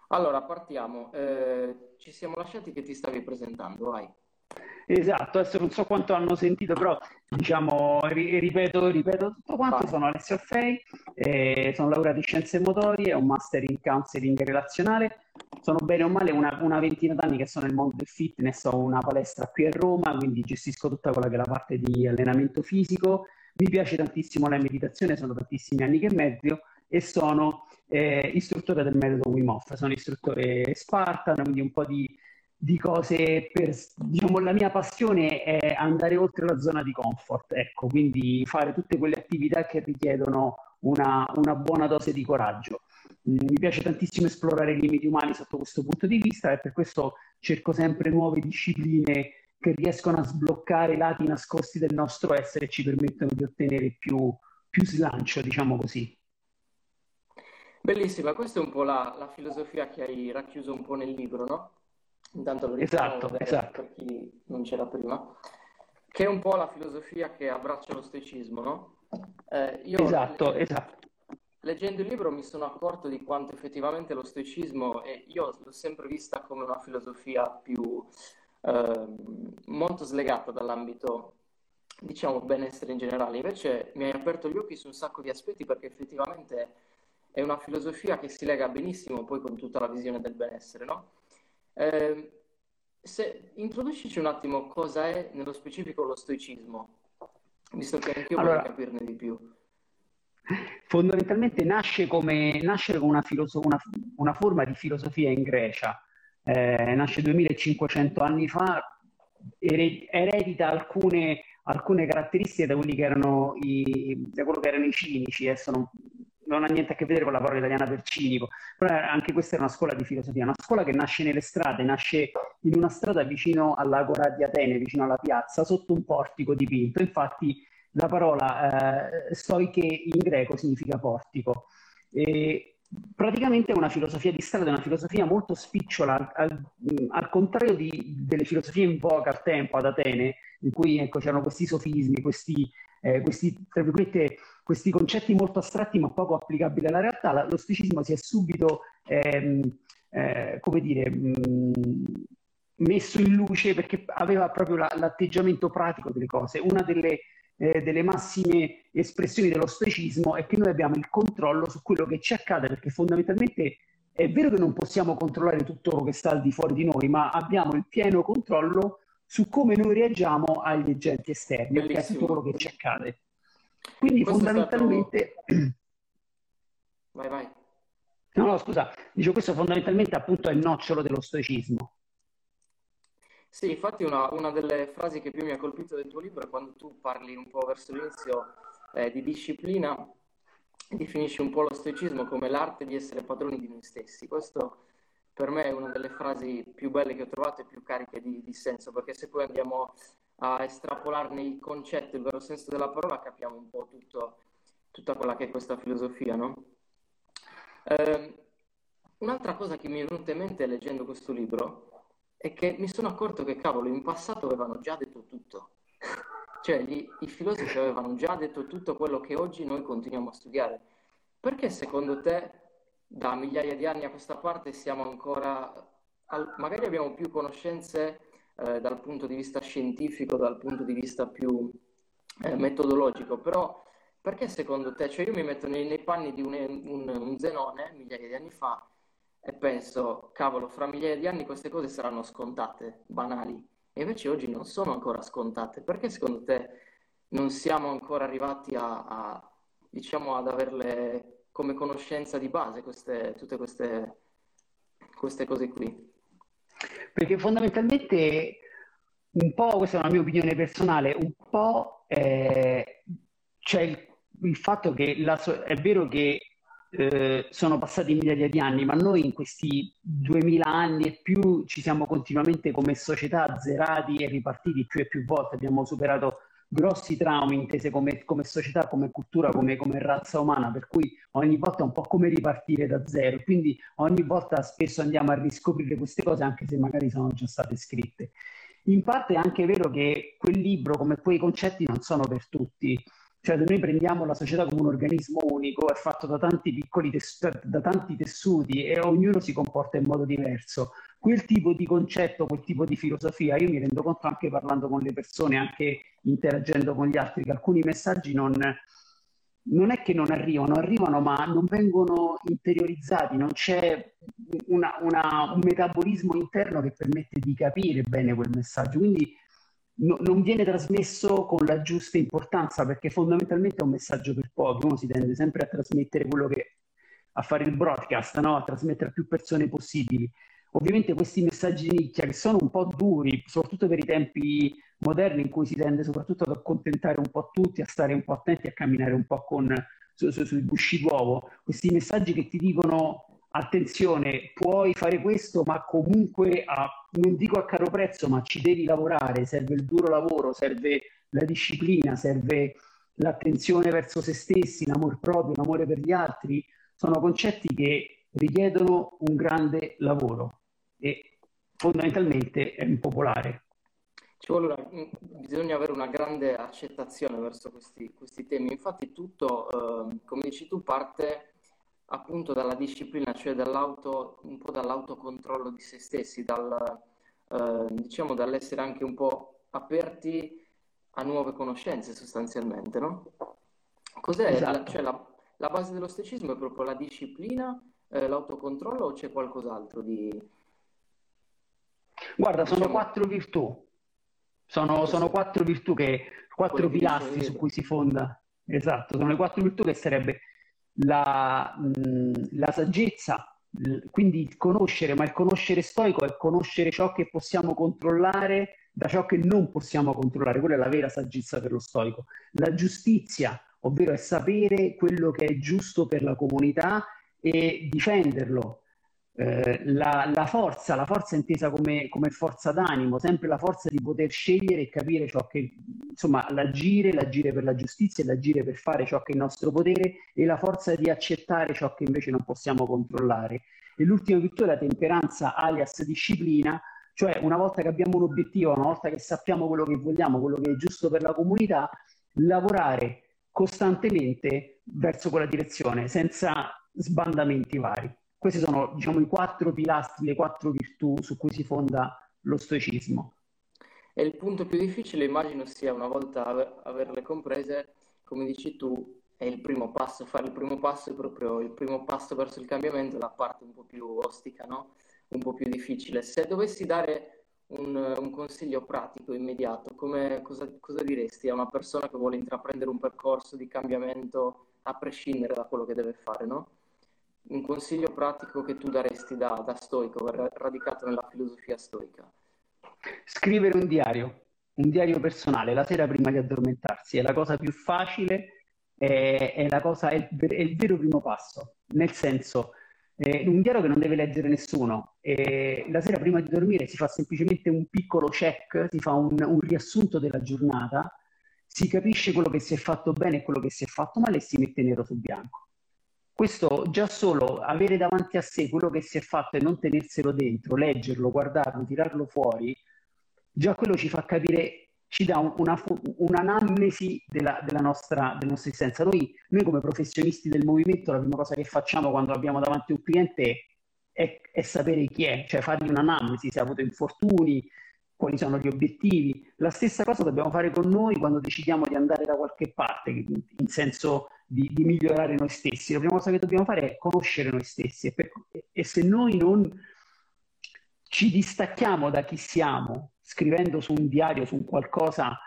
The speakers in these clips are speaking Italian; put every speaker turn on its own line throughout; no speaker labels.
Allora, partiamo. Ci siamo lasciati che ti stavi presentando, vai.
Esatto, adesso non so quanto hanno sentito, però diciamo, ripeto tutto quanto.
Vai.
Sono Alessio Orfei, sono laureato in scienze motorie, ho un master in counseling relazionale. Sono bene o male una ventina d'anni che sono nel mondo del fitness, ho una palestra qui a Roma, quindi gestisco tutta quella che è la parte di allenamento fisico. Mi piace tantissimo la meditazione, sono tantissimi anni che mezzo e sono istruttore del metodo Wim Hof, sono istruttore Spartan, quindi un po' di cose per, diciamo, la mia passione è andare oltre la zona di comfort, ecco, quindi fare tutte quelle attività che richiedono una buona dose di coraggio. Mi piace tantissimo esplorare i limiti umani sotto questo punto di vista e per questo cerco sempre nuove discipline che riescono a sbloccare i lati nascosti del nostro essere e ci permettono di ottenere più slancio, diciamo così.
Bellissima, questa è un po' la filosofia che hai racchiuso un po' nel libro, no? Intanto lo rifacciamo
Esatto,
vedere
esatto,
per chi non c'era prima, che è un po' la filosofia che abbraccia lo stoicismo, no? Io
esatto, esatto.
leggendo il libro mi sono accorto di quanto effettivamente lo stoicismo, e io l'ho sempre vista come una filosofia più molto slegata dall'ambito, diciamo, benessere in generale. Invece mi hai aperto gli occhi su un sacco di aspetti perché effettivamente è una filosofia che si lega benissimo poi con tutta la visione del benessere, no? Eh, Se introducici un attimo cosa è nello specifico lo stoicismo, visto che anch'io vorrei
Allora,
capirne di più.
fondamentalmente nasce come una forma di filosofia in Grecia. Nasce 2500 anni fa, eredita alcune caratteristiche da da quello che erano i cinici. Adesso non ha niente a che vedere con la parola italiana per cinico, però anche questa è una scuola di filosofia, una scuola che nasce nelle strade, nasce in una strada vicino all'Agora di Atene, vicino alla piazza, sotto un portico dipinto. Infatti la parola stoiche in greco significa portico. E praticamente è una filosofia di strada, è una filosofia molto spicciola, al contrario delle filosofie in voga al tempo ad Atene, in cui ecco, c'erano questi sofismi, tra virgolette, questi concetti molto astratti ma poco applicabili alla realtà. Lo stoicismo si è subito, come dire, messo in luce perché aveva proprio l'atteggiamento pratico delle cose. Una delle massime espressioni dello stoicismo è che noi abbiamo il controllo su quello che ci accade, perché fondamentalmente è vero che non possiamo controllare tutto quello che sta al di fuori di noi, ma abbiamo il pieno controllo su come noi reagiamo agli agenti esterni, ok? A tutto quello
Bellissimo.
che ci accade. Quindi
Questo è stato...
fondamentalmente,
Vai, vai.
no, no, scusa, dicevo questo fondamentalmente appunto è il nocciolo dello stoicismo.
Sì, infatti una delle frasi che più mi ha colpito del tuo libro è quando tu parli un po' verso l'inizio di disciplina, definisci un po' lo stoicismo come l'arte di essere padroni di noi stessi. Questo per me è una delle frasi più belle che ho trovato e più cariche di senso, perché se poi andiamo a estrapolarne il concetto, il vero senso della parola, capiamo un po' tutta quella che è questa filosofia, no? Ehm, Un'altra cosa che mi è venuta in mente leggendo questo libro è che mi sono accorto che, cavolo, in passato avevano già detto tutto. Cioè, i filosofi avevano già detto tutto quello che oggi noi continuiamo a studiare. Perché secondo te, da migliaia di anni a questa parte, siamo ancora, magari abbiamo più conoscenze dal punto di vista scientifico, dal punto di vista più metodologico, però perché secondo te, cioè io mi metto nei panni di un Zenone migliaia di anni fa e penso, cavolo, fra migliaia di anni queste cose saranno scontate, banali, e invece oggi non sono ancora scontate. Perché secondo te non siamo ancora arrivati diciamo, ad averle come conoscenza di base, tutte queste cose qui?
Perché fondamentalmente un po', questa è una mia opinione personale, un po' c'è il fatto che è vero che sono passati migliaia di anni, ma noi in questi 2000 anni e più ci siamo continuamente come società azzerati e ripartiti più e più volte, abbiamo superato grossi traumi intese come società, come cultura, come razza umana, per cui ogni volta è un po' come ripartire da zero. Quindi ogni volta spesso andiamo a riscoprire queste cose anche se magari sono già state scritte. In parte è anche vero che quel libro, come quei concetti, non sono per tutti. Cioè, se noi prendiamo la società come un organismo unico, è fatto da tanti piccoli da tanti tessuti e ognuno si comporta in modo diverso. Quel tipo di concetto, quel tipo di filosofia, io mi rendo conto anche parlando con le persone, anche interagendo con gli altri, che alcuni messaggi non è che non arrivano, arrivano, ma non vengono interiorizzati, non c'è un metabolismo interno che permette di capire bene quel messaggio. Quindi non viene trasmesso con la giusta importanza perché fondamentalmente è un messaggio per pochi. Uno si tende sempre a trasmettere a fare il broadcast, no? A trasmettere a più persone possibili. Ovviamente questi messaggi di nicchia che sono un po' duri, soprattutto per i tempi moderni in cui si tende soprattutto ad accontentare un po' tutti, a stare un po' attenti, a camminare un po' sui gusci d'uovo, questi messaggi che ti dicono attenzione, puoi fare questo, ma comunque non dico a caro prezzo, ma ci devi lavorare, serve il duro lavoro, serve la disciplina, serve l'attenzione verso se stessi, l'amor proprio, l'amore per gli altri, sono concetti che richiedono un grande lavoro e fondamentalmente è impopolare.
Bisogna avere una grande accettazione verso questi temi. Infatti tutto, come dici tu, parte appunto dalla disciplina, cioè un po' dall'autocontrollo di se stessi, diciamo dall'essere anche un po' aperti a nuove conoscenze sostanzialmente, no?
Esatto.
Cioè la base dello stoicismo è proprio la disciplina, l'autocontrollo o c'è qualcos'altro di,
Guarda, sono
diciamo,
quattro virtù, sono
così,
quattro virtù
quelle
quattro
che dice il
pilastri su
libro?
cui si fonda. Esatto, sono le quattro virtù che sarebbe la saggezza, quindi il conoscere, ma il conoscere stoico è conoscere ciò che possiamo controllare da ciò che non possiamo controllare, quella è la vera saggezza per lo stoico. La giustizia, ovvero è sapere quello che è giusto per la comunità e difenderlo. La forza intesa come forza d'animo, sempre la forza di poter scegliere e capire ciò che, insomma, l'agire per la giustizia e l'agire per fare ciò che è il nostro potere e la forza di accettare ciò che invece non possiamo controllare. E l'ultima virtù è la temperanza, alias disciplina, cioè una volta che abbiamo un obiettivo, una volta che sappiamo quello che vogliamo, quello che è giusto per la comunità, lavorare costantemente verso quella direzione, senza sbandamenti vari. Questi sono, diciamo, i quattro pilastri, le quattro virtù su cui si fonda lo stoicismo.
E il punto più difficile, immagino, sia una volta averle comprese, come dici tu, è il primo passo. Fare il primo passo è proprio il primo passo verso il cambiamento, è la parte un po' più ostica, no? Un po' più difficile. Se dovessi dare un consiglio pratico, immediato, cosa diresti a una persona che vuole intraprendere un percorso di cambiamento a prescindere da quello che deve fare, no? Un consiglio pratico che tu daresti da stoico, radicato nella filosofia stoica.
Scrivere un diario personale la sera prima di addormentarsi è la cosa più facile, è il vero primo passo, nel senso, un diario che non deve leggere nessuno. La sera prima di dormire si fa semplicemente un piccolo check, si fa un riassunto della giornata, si capisce quello che si è fatto bene e quello che si è fatto male e si mette nero su bianco. Questo già solo avere davanti a sé quello che si è fatto e non tenerselo dentro, leggerlo, guardarlo, tirarlo fuori, già quello ci fa capire, ci dà un'anamnesi della nostra esistenza. Noi come professionisti del movimento, la prima cosa che facciamo quando abbiamo davanti un cliente è sapere chi è, cioè fargli un'anamnesi, se ha avuto infortuni, quali sono gli obiettivi. La stessa cosa dobbiamo fare con noi quando decidiamo di andare da qualche parte, in senso di migliorare noi stessi. La prima cosa che dobbiamo fare è conoscere noi stessi e se noi non ci distacchiamo da chi siamo, scrivendo su un diario, su un qualcosa,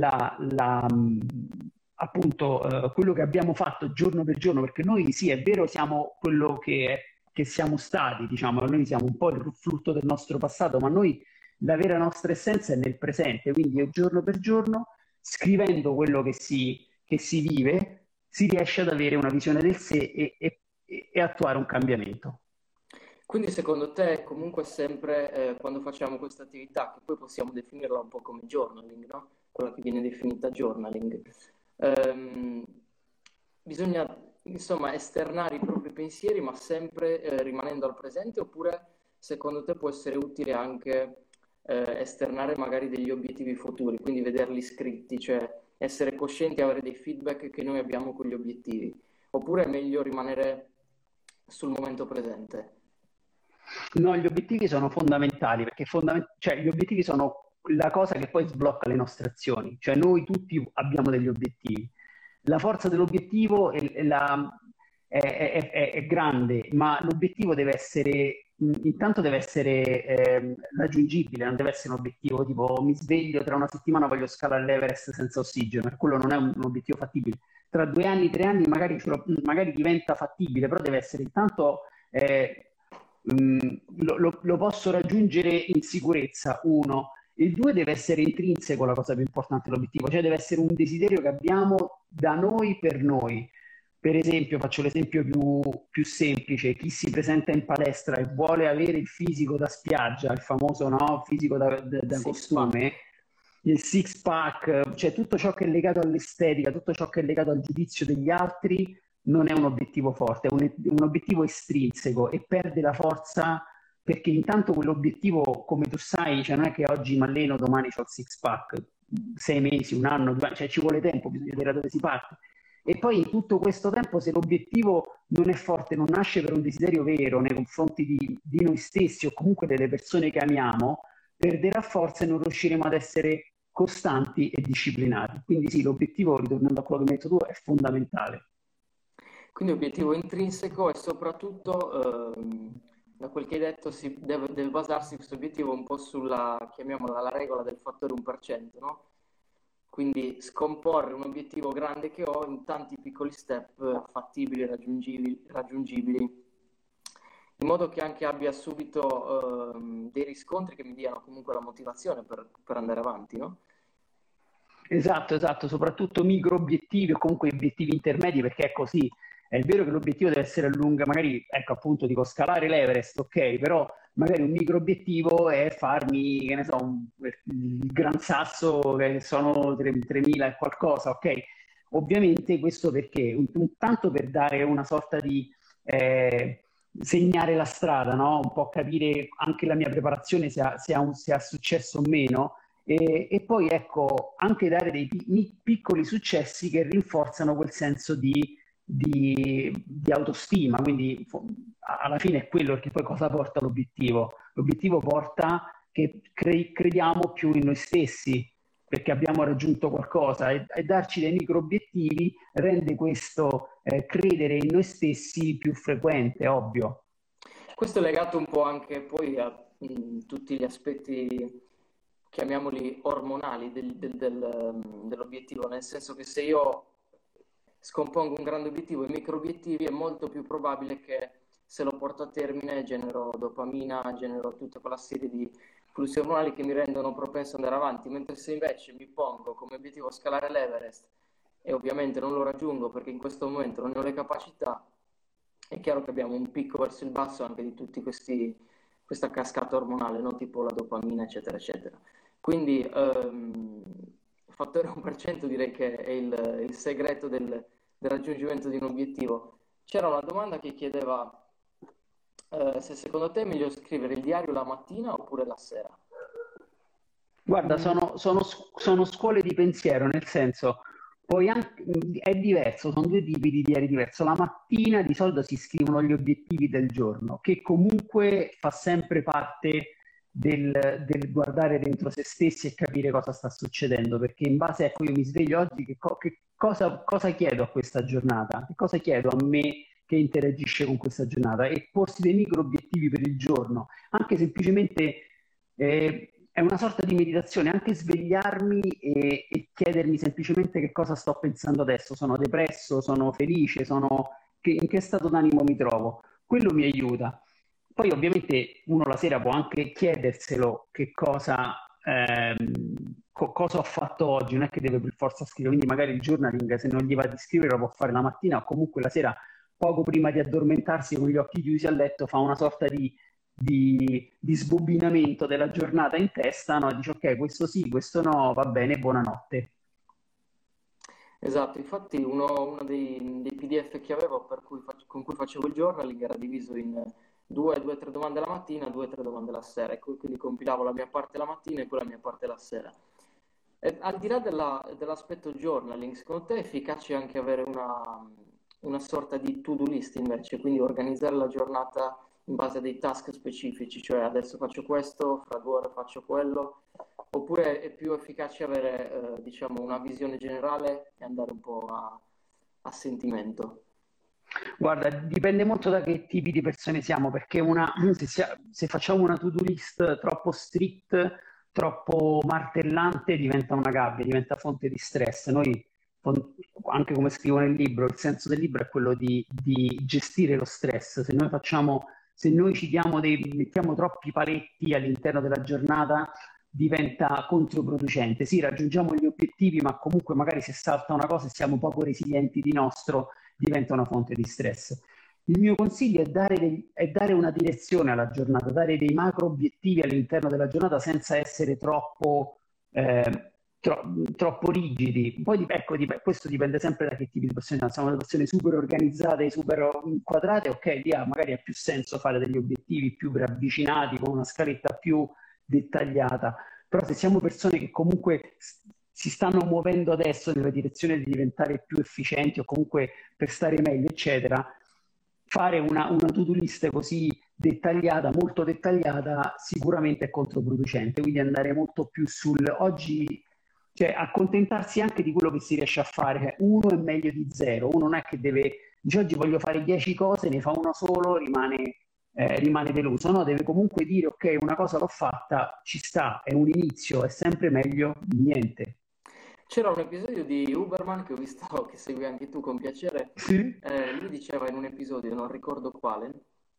appunto quello che abbiamo fatto giorno per giorno, perché noi sì, è vero, siamo quello che siamo stati, diciamo, noi siamo un po' il frutto del nostro passato, ma noi la vera nostra essenza è nel presente, quindi è giorno per giorno, scrivendo quello che si vive, si riesce ad avere una visione del sé e attuare un cambiamento.
Quindi secondo te comunque sempre quando facciamo questa attività, che poi possiamo definirla un po' come journaling, no? Quella che viene definita journaling, ehm, bisogna insomma esternare i propri pensieri ma sempre rimanendo al presente oppure secondo te può essere utile anche esternare magari degli obiettivi futuri, quindi vederli scritti, cioè essere coscienti e avere dei feedback che noi abbiamo con gli obiettivi, oppure è meglio rimanere sul momento presente?
No, gli obiettivi sono fondamentali perché cioè, gli obiettivi sono la cosa che poi sblocca le nostre azioni, cioè noi tutti abbiamo degli obiettivi. La forza dell'obiettivo è grande, ma l'obiettivo deve essere, intanto deve essere raggiungibile, non deve essere un obiettivo tipo mi sveglio tra una settimana voglio scalare l'Everest senza ossigeno, per quello non è un obiettivo fattibile. Tra 2 anni, 3 anni magari diventa fattibile, però deve essere intanto lo posso raggiungere in sicurezza, uno. Il due deve essere intrinseco la cosa più importante dell'obiettivo, cioè deve essere un desiderio che abbiamo da noi per noi. Per esempio, faccio l'esempio più semplice, chi si presenta in palestra e vuole avere il fisico da spiaggia, il famoso no, fisico da
Six pack.
costume, il six pack, cioè tutto ciò che è legato all'estetica, tutto ciò che è legato al giudizio degli altri, non è un obiettivo forte, è un obiettivo estrinseco e perde la forza perché intanto quell'obiettivo, come tu sai, cioè non è che oggi mi alleno, domani ho il six pack, 6 mesi, un anno, 2 anni, cioè ci vuole tempo, bisogna vedere da dove si parte. E poi in tutto questo tempo, se l'obiettivo non è forte, non nasce per un desiderio vero nei confronti di noi stessi o comunque delle persone che amiamo, perderà forza e non riusciremo ad essere costanti e disciplinati. Quindi sì, l'obiettivo, ritornando a quello che mi hai detto tu, è fondamentale.
Quindi obiettivo intrinseco e soprattutto, da quel che hai detto, deve basarsi questo obiettivo un po' sulla, chiamiamola, la regola del fattore 1%, no? Quindi scomporre un obiettivo grande che ho in tanti piccoli step fattibili, raggiungibili, in modo che anche abbia subito dei riscontri che mi diano comunque la motivazione per andare avanti, no?
Esatto, esatto, soprattutto micro obiettivi o comunque obiettivi intermedi perché è così. È vero che l'obiettivo deve essere a lunga, magari, ecco appunto, dico scalare l'Everest, ok, però magari un micro obiettivo è farmi, che ne so, il Gran Sasso che sono 3.000 e qualcosa, ok? Ovviamente questo perché? Tanto per dare una sorta di segnare la strada, no? Un po' capire anche la mia preparazione se ha successo o meno e poi ecco, anche dare dei piccoli successi che rinforzano quel senso di autostima. Quindi alla fine è quello che poi cosa porta l'obiettivo. L'obiettivo porta che crediamo più in noi stessi perché abbiamo raggiunto qualcosa e darci dei micro obiettivi rende questo credere in noi stessi più frequente, ovvio.
Questo è legato un po' anche poi a tutti gli aspetti, chiamiamoli ormonali, dell'obiettivo, nel senso che se io scompongo un grande obiettivo in micro obiettivi è molto più probabile che se lo porto a termine genero dopamina, genero tutta quella serie di flussi ormonali che mi rendono propenso ad andare avanti, mentre se invece mi pongo come obiettivo scalare l'Everest e ovviamente non lo raggiungo perché in questo momento non ne ho le capacità, è chiaro che abbiamo un picco verso il basso anche di tutti questa cascata ormonale, no? Tipo la dopamina, eccetera, eccetera. Quindi fattore 1% direi che è il segreto del raggiungimento di un obiettivo. C'era una domanda che chiedeva se secondo te è meglio scrivere il diario la mattina oppure la sera.
Guarda, sono scuole di pensiero, nel senso, è diverso, sono due tipi di diari diversi. La mattina di solito si scrivono gli obiettivi del giorno, che comunque fa sempre parte del guardare dentro se stessi e capire cosa sta succedendo, perché in base a cui io mi sveglio oggi, cosa chiedo a questa giornata? Che cosa chiedo a me che interagisce con questa giornata? E porsi dei micro obiettivi per il giorno, anche semplicemente è una sorta di meditazione, anche svegliarmi e chiedermi semplicemente che cosa sto pensando adesso. Sono depresso, sono felice, in che stato d'animo mi trovo. Quello mi aiuta. Poi ovviamente uno la sera può anche chiederselo che cosa ho fatto oggi, non è che deve per forza scrivere, quindi magari il journaling se non gli va di scrivere lo può fare la mattina o comunque la sera poco prima di addormentarsi con gli occhi chiusi a letto fa una sorta di sbobinamento della giornata in testa, no? Dici ok, questo sì, questo no, va bene, buonanotte.
Esatto, infatti uno dei PDF che avevo con cui facevo il journaling era diviso in due o tre domande la mattina, due o tre domande la sera, e quindi compilavo la mia parte la mattina e poi la mia parte la sera. E al di là dell'aspetto journaling, secondo te è efficace anche avere una sorta di to-do list invece, quindi organizzare la giornata in base a dei task specifici, cioè adesso faccio questo, fra 2 ore faccio quello, oppure è più efficace avere, diciamo, una visione generale e andare un po' a sentimento?
Guarda, dipende molto da che tipi di persone siamo, perché se facciamo una to-do list troppo strict, troppo martellante, diventa una gabbia, diventa fonte di stress. Noi, anche come scrivo nel libro, il senso del libro è quello di gestire lo stress. Se noi mettiamo troppi paletti all'interno della giornata, diventa controproducente. Sì, raggiungiamo gli obiettivi, ma comunque magari se salta una cosa e siamo poco resilienti di nostro, diventa una fonte di stress. Il mio consiglio è dare una direzione alla giornata, dare dei macro obiettivi all'interno della giornata senza essere troppo rigidi. Poi ecco, questo dipende sempre da che tipo di persone siamo. Siamo delle persone super organizzate, super inquadrate, ok, lì magari ha più senso fare degli obiettivi più ravvicinati, con una scaletta più dettagliata. Però se siamo persone che comunque si stanno muovendo adesso nella direzione di diventare più efficienti o comunque per stare meglio, eccetera, fare una to-do list così dettagliata, molto dettagliata, sicuramente è controproducente. Quindi andare molto più sul oggi, cioè accontentarsi anche di quello che si riesce a fare. Uno è meglio di zero, uno non è che dice oggi voglio fare 10 cose, ne fa uno solo, rimane deluso. No, deve comunque dire ok, una cosa l'ho fatta, ci sta, è un inizio, è sempre meglio di niente.
C'era un episodio di Uberman che ho visto, che segui anche tu con piacere.
Sì.
Lui diceva in un episodio, non ricordo quale,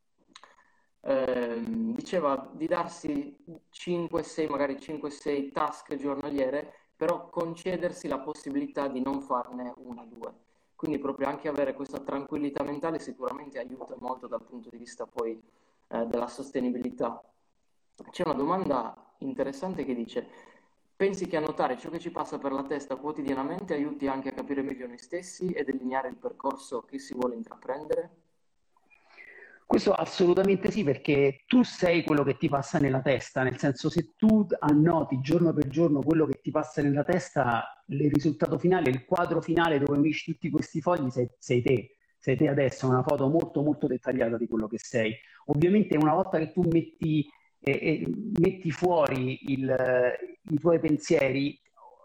diceva di darsi 5-6, magari 5-6 task giornaliere, però concedersi la possibilità di non farne una o due. Quindi proprio anche avere questa tranquillità mentale sicuramente aiuta molto dal punto di vista poi della sostenibilità. C'è una domanda interessante che dice: pensi che annotare ciò che ci passa per la testa quotidianamente aiuti anche a capire meglio noi stessi e delineare il percorso che si vuole intraprendere?
Questo assolutamente sì, perché tu sei quello che ti passa nella testa, nel senso se tu annoti giorno per giorno quello che ti passa nella testa, il risultato finale, il quadro finale dove unisci tutti questi fogli sei te adesso, una foto molto molto dettagliata di quello che sei. Ovviamente una volta che tu metti fuori i tuoi pensieri,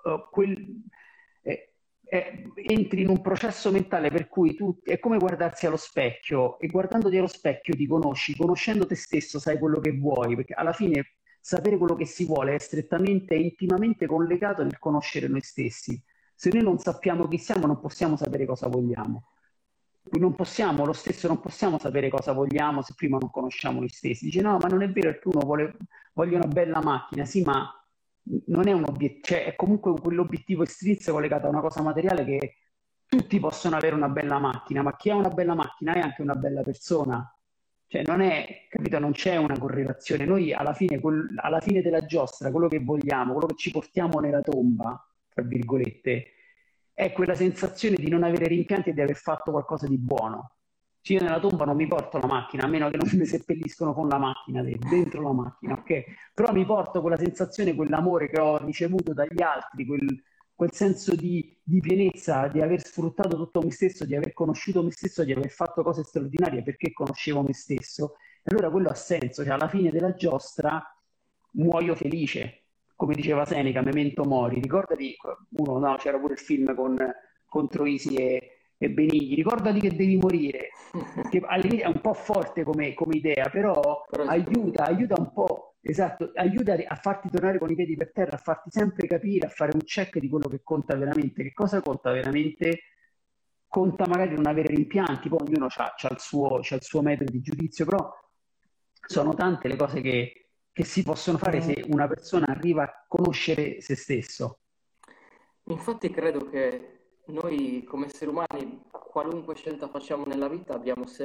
entri in un processo mentale per cui tu è come guardarsi allo specchio e guardandoti allo specchio ti conosci, conoscendo te stesso sai quello che vuoi, perché alla fine sapere quello che si vuole è strettamente e intimamente collegato nel conoscere noi stessi. Se noi non sappiamo chi siamo, non possiamo sapere cosa vogliamo. Non possiamo, lo stesso non possiamo sapere cosa vogliamo se prima non conosciamo noi stessi. Dice no, ma non è vero che uno voglio una bella macchina, sì, ma non è un obiettivo, cioè è comunque quell'obiettivo estrinseco legato a una cosa materiale che tutti possono avere una bella macchina, ma chi ha una bella macchina è anche una bella persona. Cioè non è, capito, non c'è una correlazione. Noi alla fine della giostra, quello che vogliamo, quello che ci portiamo nella tomba, tra virgolette, è quella sensazione di non avere rimpianti e di aver fatto qualcosa di buono. Cioè, io nella tomba non mi porto la macchina, a meno che non mi seppelliscono con la macchina, dentro la macchina, ok? Però mi porto quella sensazione, quell'amore che ho ricevuto dagli altri, quel senso di pienezza, di aver sfruttato tutto me stesso, di aver conosciuto me stesso, di aver fatto cose straordinarie perché conoscevo me stesso. E allora quello ha senso, cioè alla fine della giostra muoio felice. Come diceva Seneca, Memento Mori, ricordati, uno, no, c'era pure il film con Troisi e Benigni, ricordati che devi morire, che all'inizio è un po' forte come idea, però
Però è
aiuta un po', esatto, aiuta a farti tornare con i piedi per terra, a farti sempre capire, a fare un check di quello che conta veramente. Che cosa conta veramente? Conta magari non avere rimpianti, poi ognuno c'ha il suo metodo di giudizio, però sono tante le cose che si possono fare se una persona arriva a conoscere se stesso.
Infatti credo che noi come esseri umani, qualunque scelta facciamo nella vita,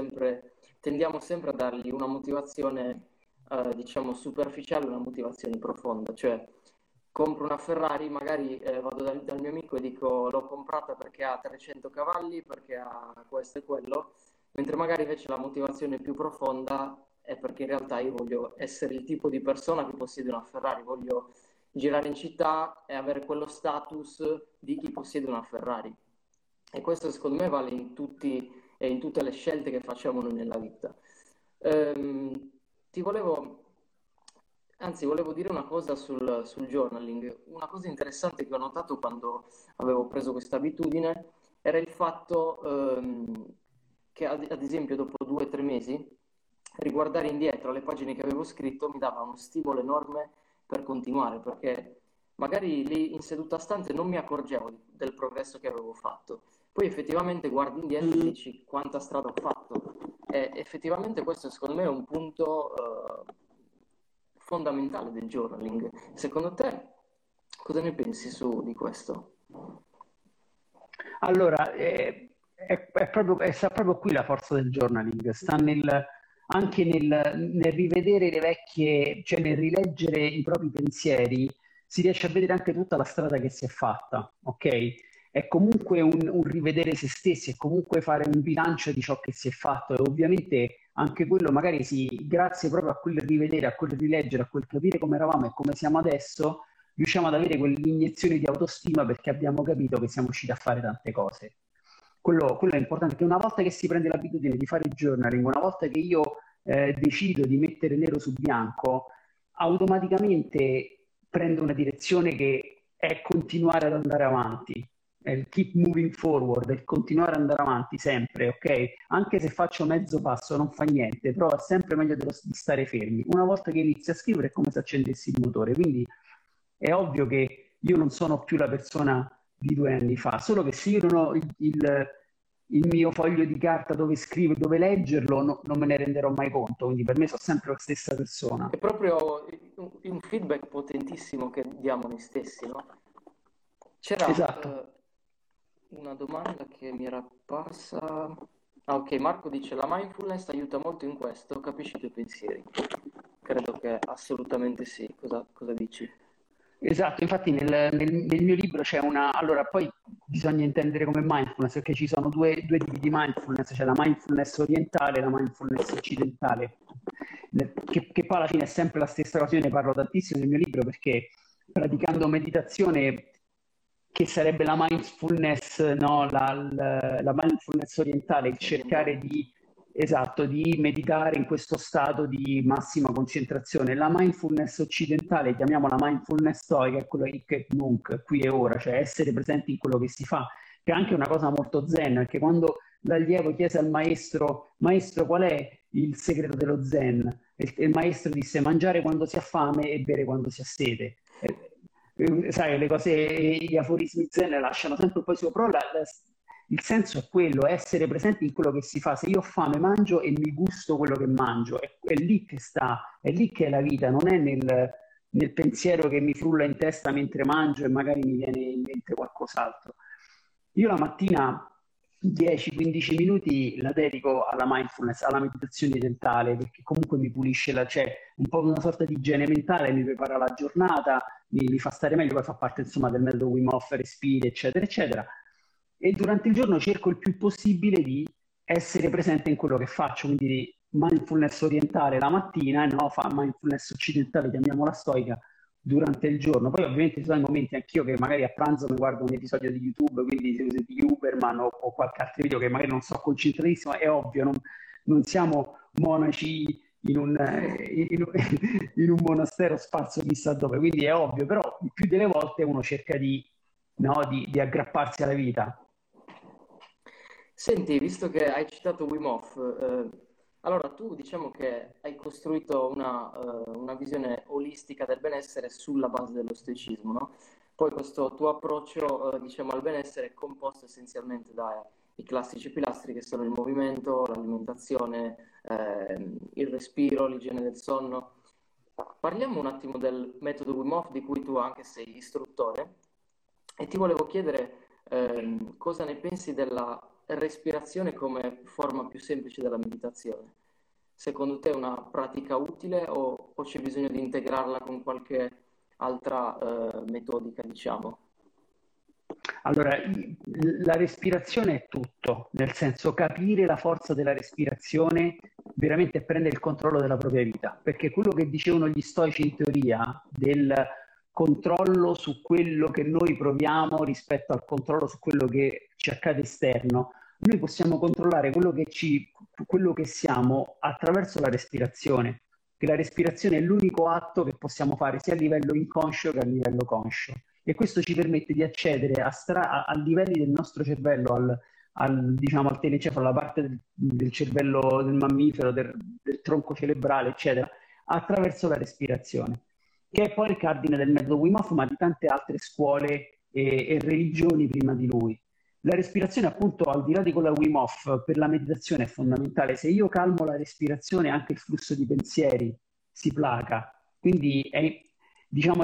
tendiamo sempre a dargli una motivazione, diciamo, superficiale, una motivazione profonda. Cioè, compro una Ferrari, magari vado dal mio amico e dico l'ho comprata perché ha 300 cavalli, perché ha questo e quello, mentre magari invece la motivazione più profonda è perché in realtà io voglio essere il tipo di persona che possiede una Ferrari, voglio girare in città e avere quello status di chi possiede una Ferrari. E questo secondo me vale in tutti e in tutte le scelte che facciamo noi nella vita. Ti volevo, anzi, volevo dire una cosa sul journaling. Una cosa interessante che ho notato quando avevo preso questa abitudine era il fatto che, ad esempio, dopo 2 o 3 mesi, riguardare indietro alle pagine che avevo scritto mi dava uno stimolo enorme per continuare, perché magari lì in seduta stante non mi accorgevo del progresso che avevo fatto. Poi effettivamente guardi indietro e dici quanta strada ho fatto. E effettivamente questo secondo me è un punto fondamentale del journaling. Secondo te cosa ne pensi di questo?
Allora, sta proprio qui la forza del journaling, sta anche nel rivedere le vecchie, cioè nel rileggere i propri pensieri, si riesce a vedere anche tutta la strada che si è fatta, ok? È comunque un rivedere se stessi, è comunque fare un bilancio di ciò che si è fatto e ovviamente anche quello magari grazie proprio a quel rivedere, a quel rileggere, a quel capire come eravamo e come siamo adesso, riusciamo ad avere quell'iniezione di autostima perché abbiamo capito che siamo riusciti a fare tante cose. Quello è importante, che una volta che si prende l'abitudine di fare il journaling, una volta che io decido di mettere nero su bianco, automaticamente prendo una direzione che è continuare ad andare avanti, è il keep moving forward, è il continuare ad andare avanti sempre, ok? Anche se faccio mezzo passo non fa niente, però è sempre meglio di stare fermi. Una volta che inizi a scrivere è come se accendessi il motore, quindi è ovvio che io non sono più la persona di 2 anni fa, solo che se io non ho il mio foglio di carta dove scrivo, dove leggerlo, non me ne renderò mai conto, quindi per me sono sempre la stessa persona.
È proprio un feedback potentissimo che diamo noi stessi, no? C'era
Esatto.
una domanda che mi era apparsa. Ah, ok, Marco dice: la mindfulness aiuta molto in questo, capisci i tuoi pensieri. Credo che assolutamente sì. Cosa dici?
Esatto, infatti nel mio libro c'è una. Allora, poi bisogna intendere come mindfulness, perché ci sono due tipi di mindfulness, c'è la mindfulness orientale e la mindfulness occidentale, che poi alla fine è sempre la stessa cosa. Io ne parlo tantissimo nel mio libro perché praticando meditazione, che sarebbe la mindfulness, no? La mindfulness orientale, il cercare di. Esatto, di meditare in questo stato di massima concentrazione. La mindfulness occidentale, chiamiamola mindfulness stoica, è quello di Nunc, qui e ora, cioè essere presenti in quello che si fa, che è anche una cosa molto zen, perché quando l'allievo chiese al maestro, maestro, qual è il segreto dello zen? Il maestro disse mangiare quando si ha fame e bere quando si ha sete. Sai, le cose, gli aforismi zen lasciano sempre un po' sopra, però il senso è quello, è essere presenti in quello che si fa. Se io ho fame mangio e mi gusto quello che mangio, è lì che sta, è lì che è la vita, non è nel pensiero che mi frulla in testa mentre mangio e magari mi viene in mente qualcos'altro. Io la mattina 10-15 minuti la dedico alla mindfulness, alla meditazione orientale, perché comunque mi pulisce c'è un po' una sorta di igiene mentale, mi prepara la giornata, mi fa stare meglio, poi fa parte insomma del metodo Wim Hof, respiri, eccetera, eccetera. E durante il giorno cerco il più possibile di essere presente in quello che faccio, quindi mindfulness orientale la mattina e no, fa mindfulness occidentale, chiamiamola stoica, durante il giorno. Poi ovviamente ci sono i momenti anch'io che magari a pranzo mi guardo un episodio di YouTube, quindi di Uberman o qualche altro video che magari non so concentratissimo, è ovvio, non siamo monaci in un monastero sparso chissà dove, quindi è ovvio, però il più delle volte uno cerca no, di aggrapparsi alla vita.
Senti, visto che hai citato Wim Hof, allora tu diciamo che hai costruito una visione olistica del benessere sulla base dello stoicismo, no? Poi questo tuo approccio, diciamo, al benessere è composto essenzialmente dai classici pilastri che sono il movimento, l'alimentazione, il respiro, l'igiene del sonno. Parliamo un attimo del metodo Wim Hof di cui tu anche sei istruttore e ti volevo chiedere cosa ne pensi della respirazione come forma più semplice della meditazione. Secondo te è una pratica utile o c'è bisogno di integrarla con qualche altra metodica, diciamo?
Allora, la respirazione è tutto, nel senso capire la forza della respirazione veramente è prendere il controllo della propria vita, perché quello che dicevano gli stoici in teoria del controllo su quello che noi proviamo rispetto al controllo su quello che ci accade esterno. Noi possiamo controllare quello che siamo attraverso la respirazione, che la respirazione è l'unico atto che possiamo fare sia a livello inconscio che a livello conscio. E questo ci permette di accedere a livelli del nostro cervello, diciamo, al telecefalo, alla parte del cervello del mammifero, del tronco cerebrale, eccetera, attraverso la respirazione, che è poi il cardine del metodo Wim Hof, ma di tante altre scuole e religioni prima di lui. La respirazione, appunto, al di là di quella Wim Hof, per la meditazione è fondamentale. Se io calmo la respirazione, anche il flusso di pensieri si placa. Quindi diciamo,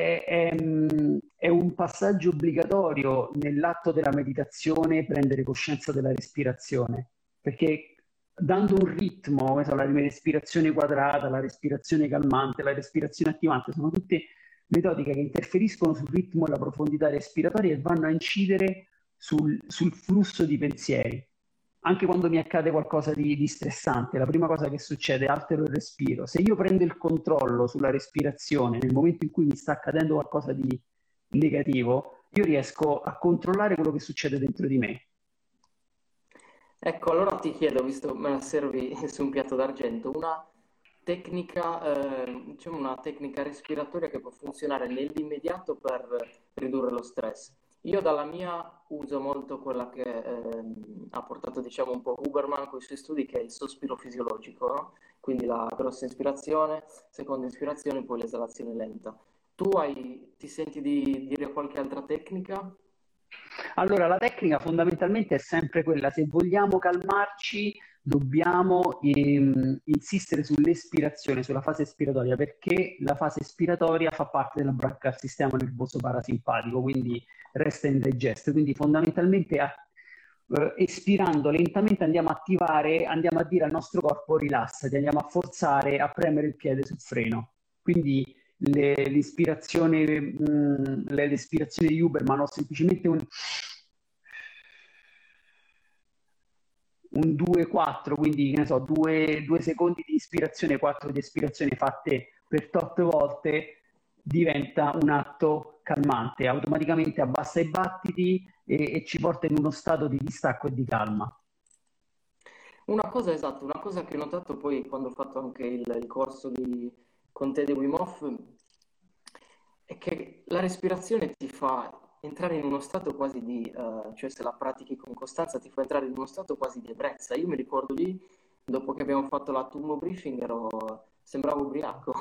è un passaggio obbligatorio nell'atto della meditazione prendere coscienza della respirazione, perché dando un ritmo, la respirazione quadrata, la respirazione calmante, la respirazione attivante, sono tutte metodiche che interferiscono sul ritmo e la profondità respiratoria e vanno a incidere sul flusso di pensieri. Anche quando mi accade qualcosa di stressante, la prima cosa che succede è altero il respiro. Se io prendo il controllo sulla respirazione nel momento in cui mi sta accadendo qualcosa di negativo, io riesco a controllare quello che succede dentro di me.
Ecco, allora ti chiedo, visto me la servi su un piatto d'argento, diciamo una tecnica respiratoria che può funzionare nell'immediato per ridurre lo stress. Io dalla mia uso molto quella che ha portato, diciamo, un po' Huberman con i suoi studi, che è il sospiro fisiologico, no? Quindi la grossa ispirazione, seconda ispirazione, poi l'esalazione lenta. Ti senti di dire qualche altra tecnica?
Allora, la tecnica fondamentalmente è sempre quella: se vogliamo calmarci, dobbiamo insistere sull'espirazione, sulla fase espiratoria, perché la fase espiratoria fa parte del sistema nervoso parasimpatico, quindi resta in digest. Quindi fondamentalmente espirando lentamente andiamo a attivare, andiamo a dire al nostro corpo rilassati, andiamo a forzare a premere il piede sul freno. Quindi l'ispirazione di Huberman o semplicemente un 2-4, quindi che ne so, 2 secondi di ispirazione, 4 di espirazione fatte per tot volte, diventa un atto calmante, automaticamente abbassa i battiti e ci porta in uno stato di distacco e di calma.
Una cosa esatta, una cosa che ho notato poi quando ho fatto anche il corso con te di Wim Hof è che la respirazione ti fa entrare in uno stato quasi cioè se la pratichi con costanza ti fa entrare in uno stato quasi di ebbrezza. Io mi ricordo lì, dopo che abbiamo fatto la turno briefing, sembravo ubriaco.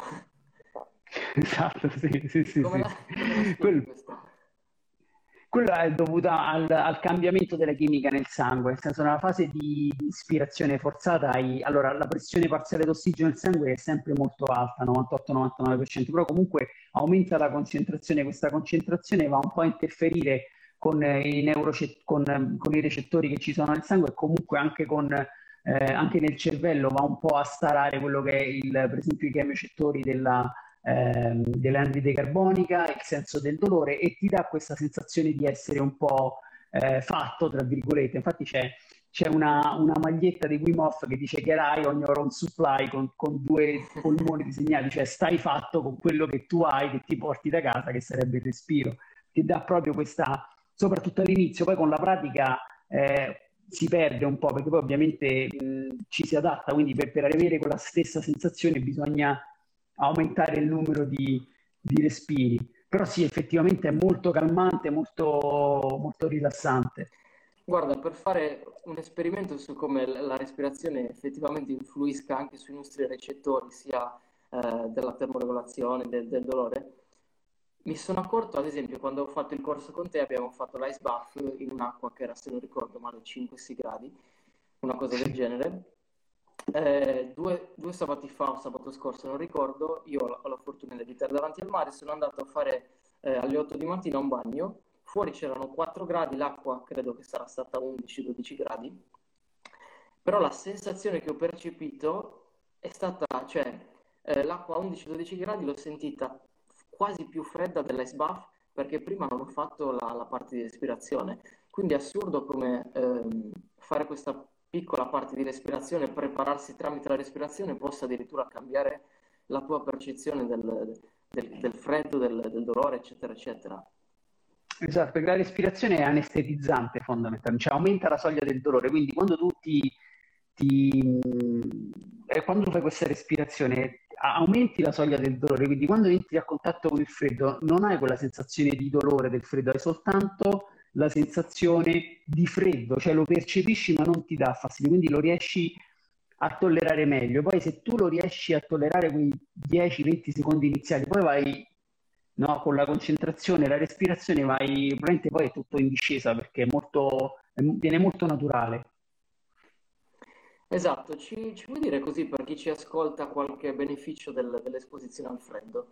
Esatto, sì, sì, sì,
Come
sì.
la spieghi
Quello,
questa?
quello è dovuto al cambiamento della chimica nel sangue, nel senso nella fase di ispirazione forzata allora la pressione parziale d'ossigeno nel sangue è sempre molto alta, 98-99%, però comunque aumenta la concentrazione, questa concentrazione va un po' a interferire con con i recettori che ci sono nel sangue e comunque anche nel cervello va un po' a starare quello che è per esempio i chemiocettori dell'anidride carbonica, il senso del dolore e ti dà questa sensazione di essere un po' fatto, tra virgolette. Infatti c'è una maglietta di Wim Hof che dice Get high on your own supply con 2 polmoni disegnati, cioè stai fatto con quello che tu hai, che ti porti da casa, che sarebbe il respiro. Ti dà proprio questa, soprattutto all'inizio, poi con la pratica si perde un po', perché poi ovviamente ci si adatta, quindi per avere quella stessa sensazione bisogna aumentare il numero di respiri. Però sì, effettivamente è molto calmante, molto rilassante.
Guarda, per fare un esperimento su come la respirazione effettivamente influisca anche sui nostri recettori, sia della termoregolazione, del dolore, mi sono accorto, ad esempio, quando ho fatto il corso con te, abbiamo fatto l'ice bath in un'acqua che era, se non ricordo male, 5-6 gradi, una cosa del
Sì.
genere. Due sabati fa o sabato scorso, non ricordo, io ho la fortuna di abitare davanti al mare, sono andato a fare alle 8 di mattina un bagno, fuori c'erano 4 gradi, l'acqua credo che sarà stata 11-12 gradi, però la sensazione che ho percepito è stata, cioè l'acqua a 11-12 gradi l'ho sentita quasi più fredda dell'ice bath perché prima non ho fatto la parte di respirazione. Quindi è assurdo come fare questa piccola parte di respirazione, prepararsi tramite la respirazione possa addirittura cambiare la tua percezione del freddo, del dolore, eccetera, eccetera.
Esatto, perché la respirazione è anestetizzante fondamentalmente, cioè aumenta la soglia del dolore, quindi quando quando tu fai questa respirazione aumenti la soglia del dolore, quindi quando entri a contatto con il freddo non hai quella sensazione di dolore del freddo, hai soltanto la sensazione di freddo, cioè lo percepisci ma non ti dà fastidio, quindi lo riesci a tollerare meglio. Poi se tu lo riesci a tollerare quei 10-20 secondi iniziali, poi vai, no, con la concentrazione, la respirazione vai, probabilmente poi è tutto in discesa perché viene molto naturale.
Esatto, ci vuoi dire così per chi ci ascolta qualche beneficio dell'esposizione al freddo?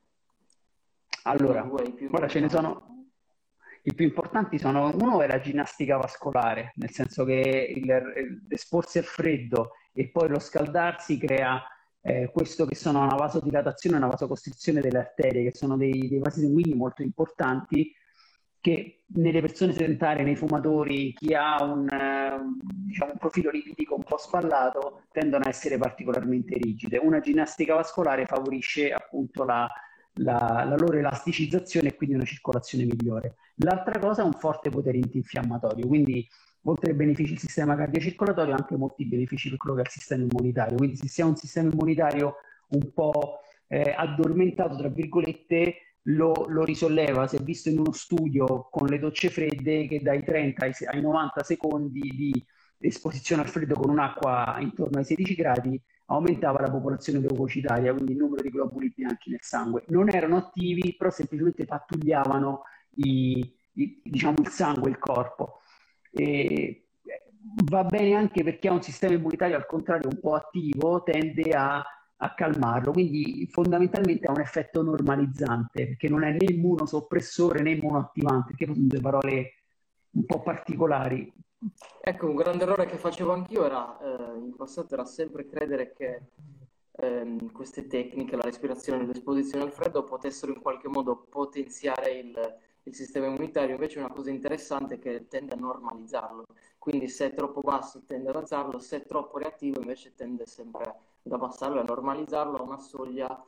Uno o
Allora,
due, i più
guarda, ce ne
importanti.
sono. I più importanti sono, uno è la ginnastica vascolare, nel senso che l'esporsi al freddo e poi lo scaldarsi crea questo che sono una vasodilatazione e una vasocostrizione delle arterie, che sono dei vasi sanguigni molto importanti che nelle persone sedentarie, nei fumatori, chi ha diciamo, un profilo lipidico un po' spallato, tendono a essere particolarmente rigide. Una ginnastica vascolare favorisce appunto la loro elasticizzazione e quindi una circolazione migliore. L'altra cosa è un forte potere antinfiammatorio, quindi oltre ai benefici del sistema cardiocircolatorio, anche molti benefici per quello che è il sistema immunitario. Quindi se si ha un sistema immunitario un po' addormentato, tra virgolette, lo risolleva. Si è visto in uno studio con le docce fredde che dai 30 ai 90 secondi di esposizione al freddo con un'acqua intorno ai 16 gradi aumentava la popolazione leucocitaria, quindi il numero di globuli bianchi nel sangue. Non erano attivi, però semplicemente pattugliavano diciamo, il sangue, il corpo. E va bene anche perché ha un sistema immunitario al contrario un po' attivo, tende a calmarlo, quindi fondamentalmente ha un effetto normalizzante, perché non è né immunosoppressore né immunoattivante, che sono due parole un po' particolari.
Ecco, un grande errore che facevo anch'io era, in passato era sempre credere che queste tecniche, la respirazione e l'esposizione al freddo, potessero in qualche modo potenziare il sistema immunitario. Invece è una cosa interessante che tende a normalizzarlo. Quindi se è troppo basso tende ad alzarlo, se è troppo reattivo invece tende sempre ad abbassarlo e a normalizzarlo a una soglia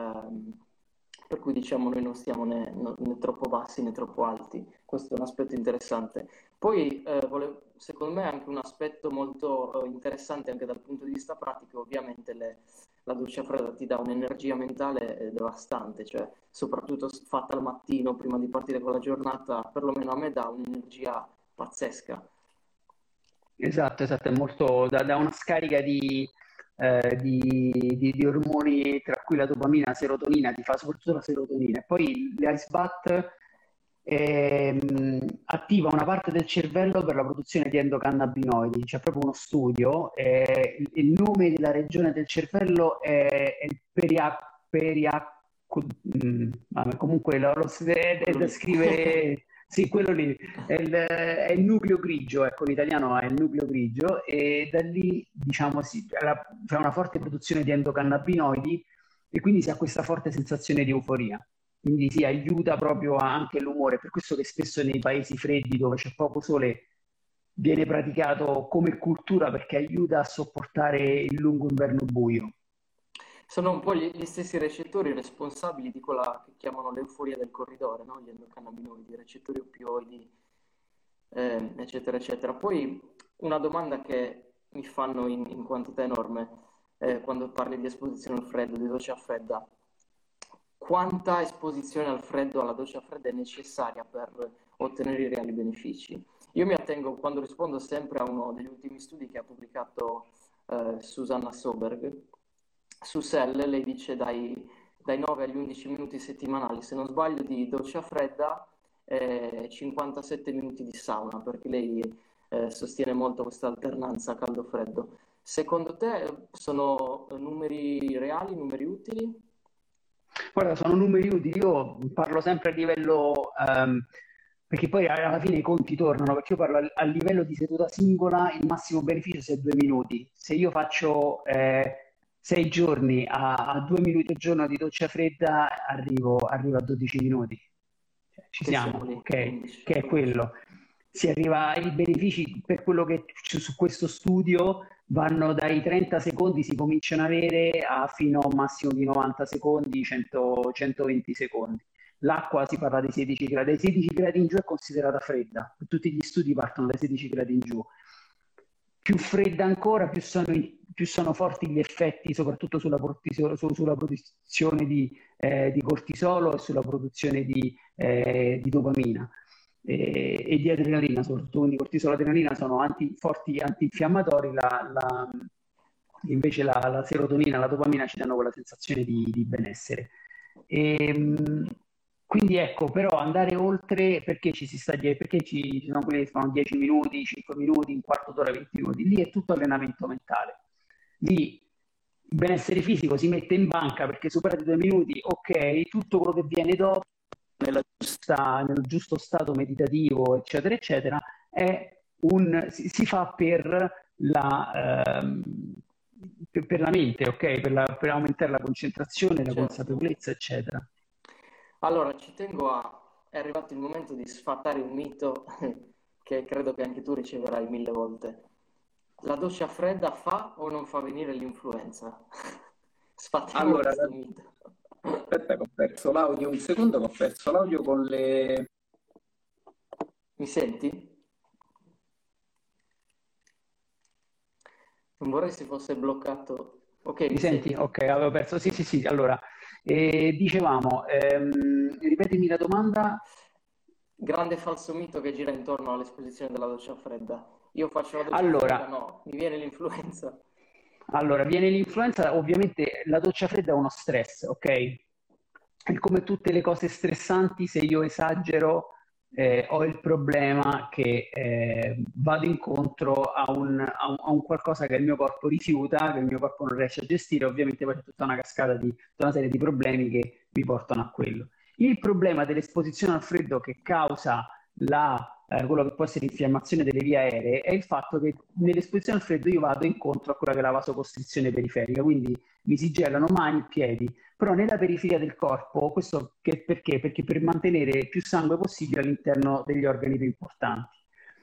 per cui diciamo noi non stiamo né troppo bassi né troppo alti. Questo è un aspetto interessante. Poi, secondo me, anche un aspetto molto interessante anche dal punto di vista pratico, ovviamente la doccia fredda ti dà un'energia mentale devastante, cioè soprattutto fatta al mattino prima di partire con la giornata, perlomeno a me dà un'energia pazzesca.
Esatto, esatto, è molto da una scarica di ormoni, tra cui la dopamina, la serotonina, ti fa soprattutto la serotonina. E poi l'ice bath attiva una parte del cervello per la produzione di endocannabinoidi, c'è proprio uno studio. Il nome della regione del cervello è il vabbè, comunque è da scrivere, sì, quello lì, è il nucleo grigio, ecco, in italiano è il nucleo grigio, e da lì, diciamo, c'è una forte produzione di endocannabinoidi e quindi si ha questa forte sensazione di euforia. Quindi si aiuta proprio anche l'umore, per questo che spesso nei paesi freddi dove c'è poco sole viene praticato come cultura perché aiuta a sopportare il lungo inverno buio.
Sono un po' gli stessi recettori responsabili di quella che chiamano l'euforia del corridore, no? Gli endocannabinoidi, i recettori oppioidi, eccetera, eccetera. Poi una domanda che mi fanno in quantità enorme quando parli di esposizione al freddo, di doccia fredda. Quanta esposizione al freddo, alla doccia fredda è necessaria per ottenere i reali benefici? Io mi attengo, quando rispondo, sempre a uno degli ultimi studi che ha pubblicato Susanna Soberg su Cell. Lei dice dai 9 agli 11 minuti settimanali, se non sbaglio, di doccia fredda, 57 minuti di sauna, perché lei sostiene molto questa alternanza caldo-freddo. Secondo te sono numeri reali, numeri utili?
Guarda, sono numeri utili, io parlo sempre a livello, perché poi alla fine i conti tornano, perché io parlo a livello di seduta singola, il massimo beneficio sia 2 minuti. Se io faccio 6 giorni a 2 minuti al giorno di doccia fredda, arrivo a 12 minuti. Cioè, ci
Che siamo
siamo,
lì,
ok?
11,
Che è
12.
quello. si arriva ai benefici per quello che su questo studio vanno dai 30 secondi, si cominciano ad avere fino a un massimo di 90 secondi, 100, 120 secondi. L'acqua si parla dei 16 gradi, dai 16 gradi in giù è considerata fredda, tutti gli studi partono dai 16 gradi in giù. Più fredda ancora, più sono forti gli effetti, soprattutto sulla produzione di cortisolo e sulla produzione di dopamina e di adrenalina, soprattutto quindi cortisolo e adrenalina sono forti antinfiammatori, invece la serotonina e la dopamina ci danno quella sensazione di benessere. Quindi ecco, però andare oltre perché perché ci sono quelli che fanno 10 minuti, 5 minuti, un quarto d'ora, 20 minuti, lì è tutto allenamento mentale. Lì il benessere fisico si mette in banca perché superati 2 minuti, ok, tutto quello che viene dopo nel giusto stato meditativo, eccetera, eccetera, si fa per la mente, ok? Per aumentare la concentrazione, la
Certo.
consapevolezza, eccetera.
Allora, ci tengo è arrivato il momento di sfatare un mito che credo che anche tu riceverai 1000 volte. La doccia fredda fa o non fa venire l'influenza? Sfatiamo
Allora,
questo mito.
aspetta che ho perso l'audio, un secondo che ho perso l'audio con le...
Mi senti? Non vorrei si fosse bloccato. Ok,
Mi senti? Ok, avevo perso. Sì, sì, sì. Allora, dicevamo, ripetimi la domanda.
Grande falso mito che gira intorno all'esposizione della doccia fredda. Io faccio la doccia
Allora,
fredda, no, mi viene l'influenza.
Allora, viene l'influenza, ovviamente la doccia fredda è uno stress, ok? E come tutte le cose stressanti, se io esagero, ho il problema che vado incontro a un qualcosa che il mio corpo rifiuta, che il mio corpo non riesce a gestire, ovviamente poi c'è tutta una cascata tutta una serie di problemi che mi portano a quello. Il problema dell'esposizione al freddo che causa quello che può essere l'infiammazione delle vie aeree è il fatto che nell'esposizione al freddo io vado incontro a quella che è la vasocostrizione periferica, quindi mi si gelano mani e piedi, però nella periferia del corpo, perché? Perché per mantenere più sangue possibile all'interno degli organi più importanti.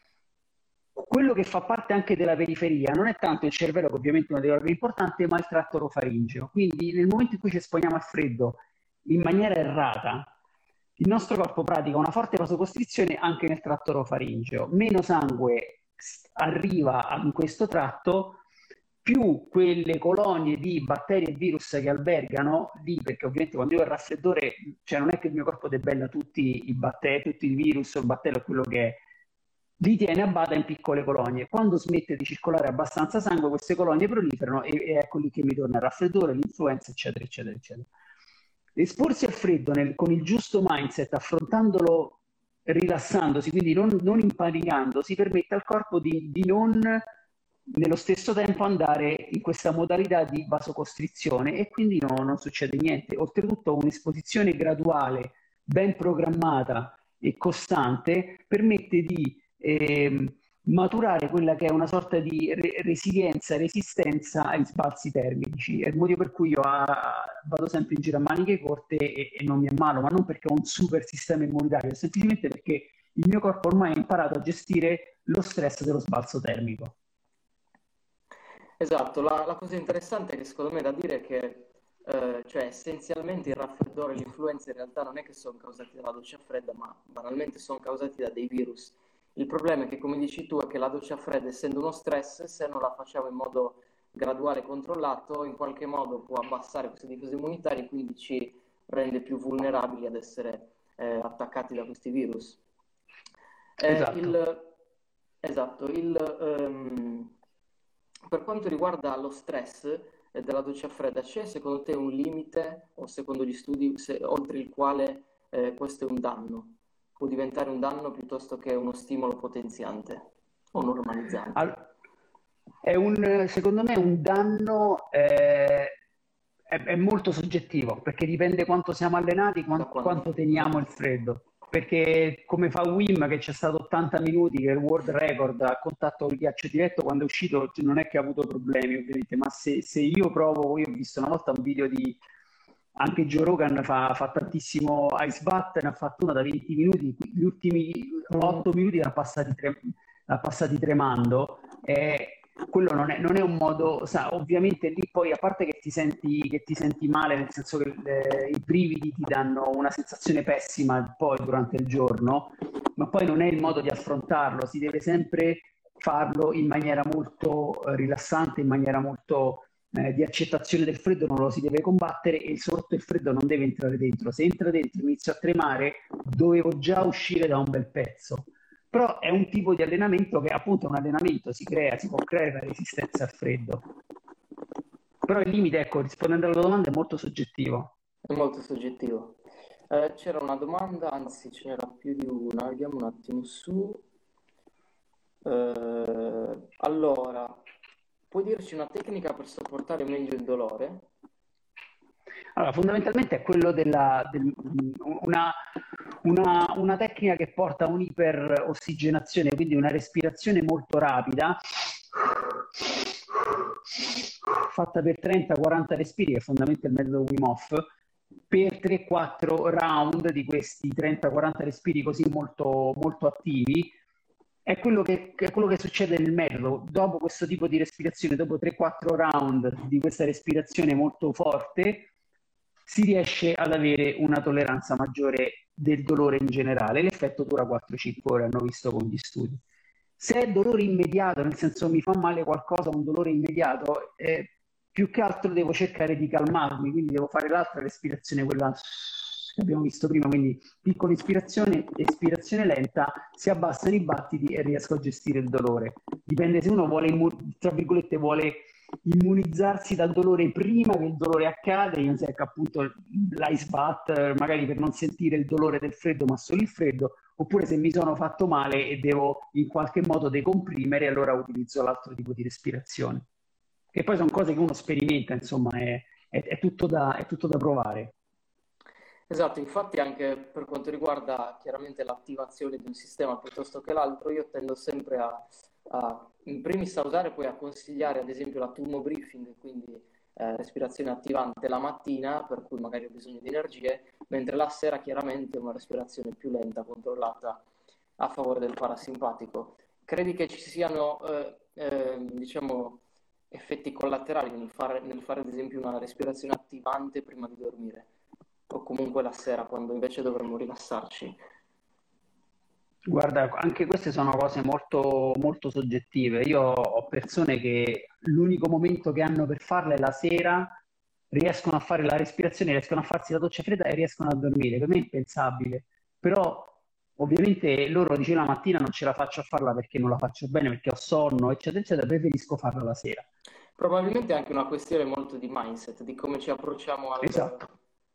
Quello che fa parte anche della periferia non è tanto il cervello, che ovviamente è uno degli organi importanti, ma il tratto orofaringeo. Quindi nel momento in cui ci esponiamo al freddo in maniera errata, il nostro corpo pratica una forte vasocostrizione anche nel tratto orofaringeo. Meno sangue arriva in questo tratto, più quelle colonie di batteri e virus che albergano lì, perché ovviamente quando io ho il raffreddore, cioè non è che il mio corpo debella tutti i batteri, tutti i virus o il batterio, quello che è, li tiene a bada in piccole colonie. Quando smette di circolare abbastanza sangue, queste colonie proliferano e ecco lì che mi torna il raffreddore, l'influenza, eccetera, eccetera, eccetera. Esporsi al freddo con il giusto mindset, affrontandolo rilassandosi, quindi non impanicando, si permette al corpo di non nello stesso tempo andare in questa modalità di vasocostrizione e quindi non succede niente. Oltretutto un'esposizione graduale, ben programmata e costante permette di maturare quella che è una sorta di resilienza, resistenza ai sbalzi termici. È il motivo per cui io vado sempre in giro a maniche corte e non mi ammalo, ma non perché ho un super sistema immunitario, semplicemente perché il mio corpo ormai ha imparato a gestire lo stress dello sbalzo termico.
Esatto, la cosa interessante che secondo me da dire è che cioè, essenzialmente il raffreddore e l'influenza in realtà non è che sono causati dalla doccia fredda, ma banalmente sono causati da dei virus. Il problema è che, come dici tu, è che la doccia fredda, essendo uno stress, se non la facciamo in modo graduale e controllato, in qualche modo può abbassare queste difese immunitarie e quindi ci rende più vulnerabili ad essere attaccati da questi virus.
Esatto.
Esatto, per quanto riguarda lo stress della doccia fredda, c'è secondo te un limite o secondo gli studi oltre il quale questo è un danno? Può diventare un danno piuttosto che uno stimolo potenziante o normalizzante?
Secondo me un danno è molto soggettivo perché dipende quanto siamo allenati, quanto teniamo il freddo. Perché come fa Wim che c'è stato 80 minuti che è il world record a contatto con il ghiaccio diretto, quando è uscito non è che ha avuto problemi ovviamente, ma se io provo, io ho visto una volta un video anche Joe Rogan fa tantissimo ice bath, ne ha fatto una da 20 minuti, gli ultimi 8 minuti l'ha passati tremando. E quello non è un modo, ovviamente lì poi a parte che ti senti male, nel senso che i brividi ti danno una sensazione pessima poi durante il giorno, ma poi non è il modo di affrontarlo, si deve sempre farlo in maniera molto rilassante, in maniera molto di accettazione del freddo, non lo si deve combattere e soprattutto il freddo non deve entrare dentro. Se entra dentro inizio a tremare, dovevo già uscire da un bel pezzo. Però è un tipo di allenamento che appunto è un allenamento, si può creare la resistenza al freddo. Però il limite, ecco, rispondendo alla tua domanda, è molto soggettivo.
È molto soggettivo. C'era una domanda, anzi ce n'era più di una, vediamo un attimo su. Allora, puoi dirci una tecnica per sopportare meglio il dolore?
Allora, fondamentalmente è quello una tecnica che porta a un'iperossigenazione, quindi una respirazione molto rapida, fatta per 30-40 respiri, che è fondamentalmente il metodo Wim Hof, per 3-4 round di questi 30-40 respiri così molto, molto attivi. È quello che succede nel metodo. Dopo questo tipo di respirazione, dopo 3-4 round di questa respirazione molto forte, si riesce ad avere una tolleranza maggiore del dolore in generale. L'effetto dura 4-5 ore, hanno visto con gli studi. Se è dolore immediato, nel senso mi fa male qualcosa, un dolore immediato, più che altro devo cercare di calmarmi, quindi devo fare l'altra respirazione, quella che abbiamo visto prima, quindi piccola ispirazione, espirazione lenta, si abbassano i battiti e riesco a gestire il dolore. Dipende se uno vuole, tra virgolette, vuole immunizzarsi dal dolore prima che il dolore accade, io secco appunto l'ice bath, magari per non sentire il dolore del freddo ma solo il freddo, oppure se mi sono fatto male e devo in qualche modo decomprimere, allora utilizzo l'altro tipo di respirazione. Che poi sono cose che uno sperimenta, insomma, è tutto da provare.
Esatto, infatti anche per quanto riguarda chiaramente l'attivazione di un sistema piuttosto che l'altro, io tendo sempre in primis a usare, poi a consigliare ad esempio la Tummo Breathing, quindi respirazione attivante la mattina, per cui magari ho bisogno di energie, mentre la sera chiaramente una respirazione più lenta, controllata a favore del parasimpatico. Credi che ci siano, diciamo, effetti collaterali nel fare ad esempio una respirazione attivante prima di dormire? O comunque la sera, quando invece dovremmo rilassarci?
Guarda, anche queste sono cose molto, molto soggettive. Io ho persone che l'unico momento che hanno per farla è la sera, riescono a fare la respirazione, riescono a farsi la doccia fredda e riescono a dormire. Per me è impensabile. Però ovviamente loro dicono la mattina non ce la faccio a farla perché non la faccio bene, perché ho sonno, eccetera, eccetera, preferisco farla la sera.
Probabilmente è anche una questione molto di mindset, di come ci approcciamo
Esatto.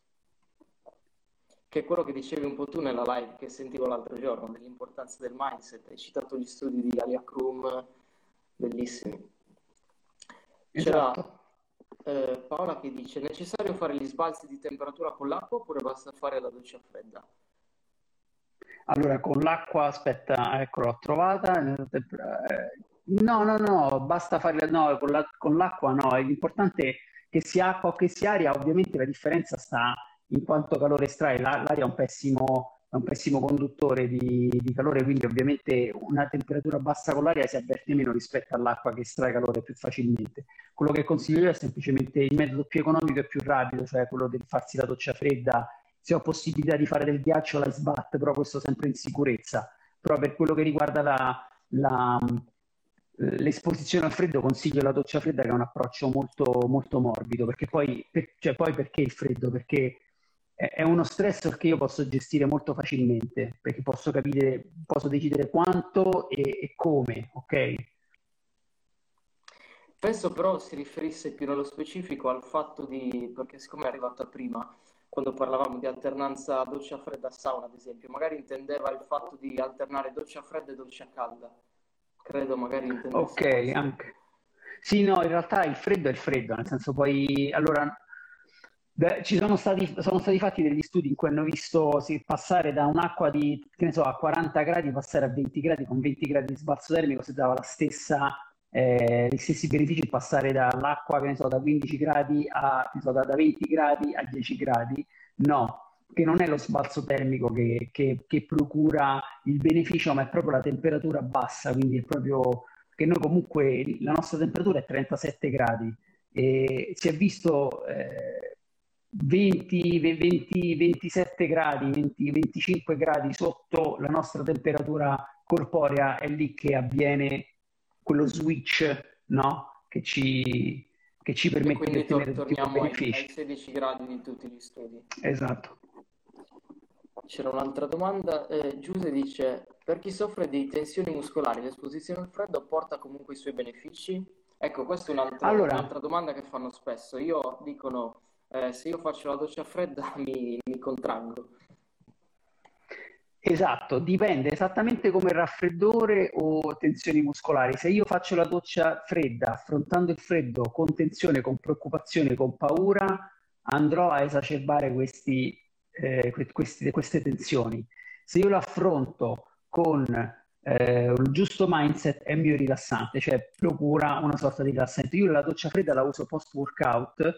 che è quello che dicevi un po' tu nella live che sentivo l'altro giorno, dell'importanza del mindset. Hai citato gli studi di Alia Krum, bellissimi.
Esatto.
C'era Paola che dice: è necessario fare gli sbalzi di temperatura con l'acqua oppure basta fare la doccia fredda?
Allora, con l'acqua, aspetta, ecco, l'ho trovata. No, basta fare, no, con l'acqua no, l'importante è che sia acqua o che sia aria, ovviamente la differenza sta in quanto calore estrae. L'aria è un pessimo conduttore di calore, quindi ovviamente una temperatura bassa con l'aria si avverte meno rispetto all'acqua che estrae calore più facilmente. Quello che consiglio io è semplicemente il metodo più economico e più rapido, cioè quello di farsi la doccia fredda. Se ho possibilità di fare del ghiaccio, l'ice bath, però questo sempre in sicurezza. Però per quello che riguarda l'esposizione al freddo, consiglio la doccia fredda, che è un approccio molto, molto morbido, perché poi perché il freddo? Perché è uno stressor che io posso gestire molto facilmente, perché posso capire, posso decidere quanto e come, ok?
Penso però si riferisse più nello specifico al fatto perché siccome è arrivata prima, quando parlavamo di alternanza doccia fredda sauna, ad esempio, magari intendeva il fatto di alternare doccia fredda e doccia calda. Credo magari intendesse
Ok,
questo.
anche. Sì, no, in realtà il freddo è il freddo, nel senso poi, allora, sono stati fatti degli studi in cui hanno visto passare da un'acqua di, che ne so, a 40 gradi, passare a 20 gradi, con 20 gradi di sbalzo termico si dava la stessa gli stessi benefici di passare dall'acqua, che ne so, da 15 gradi che ne so, da 20 gradi a 10 gradi. No, che non è lo sbalzo termico che procura il beneficio, ma è proprio la temperatura bassa, quindi è proprio che noi comunque la nostra temperatura è 37 gradi e si è visto 20, 27 gradi, 20, 25 gradi sotto la nostra temperatura corporea, è lì che avviene quello switch, no? Che ci
E
permette di
quindi
ottenere tutti quei
torniamo ai
benefici.
16 gradi di tutti gli studi.
Esatto.
C'era un'altra domanda. Giuse dice: per chi soffre di tensioni muscolari, l'esposizione al freddo porta comunque i suoi benefici? Ecco, questa è
Allora,
un'altra domanda che fanno spesso. Dicono, se io faccio la doccia fredda mi contraggo.
esatto, dipende esattamente come raffreddore o tensioni muscolari. Se io faccio la doccia fredda, affrontando il freddo con tensione, con preoccupazione, con paura, andrò a esacerbare queste tensioni. Se io lo affronto con un giusto mindset, è il mio rilassante, cioè procura una sorta di rilassante. Io la doccia fredda la uso post-workout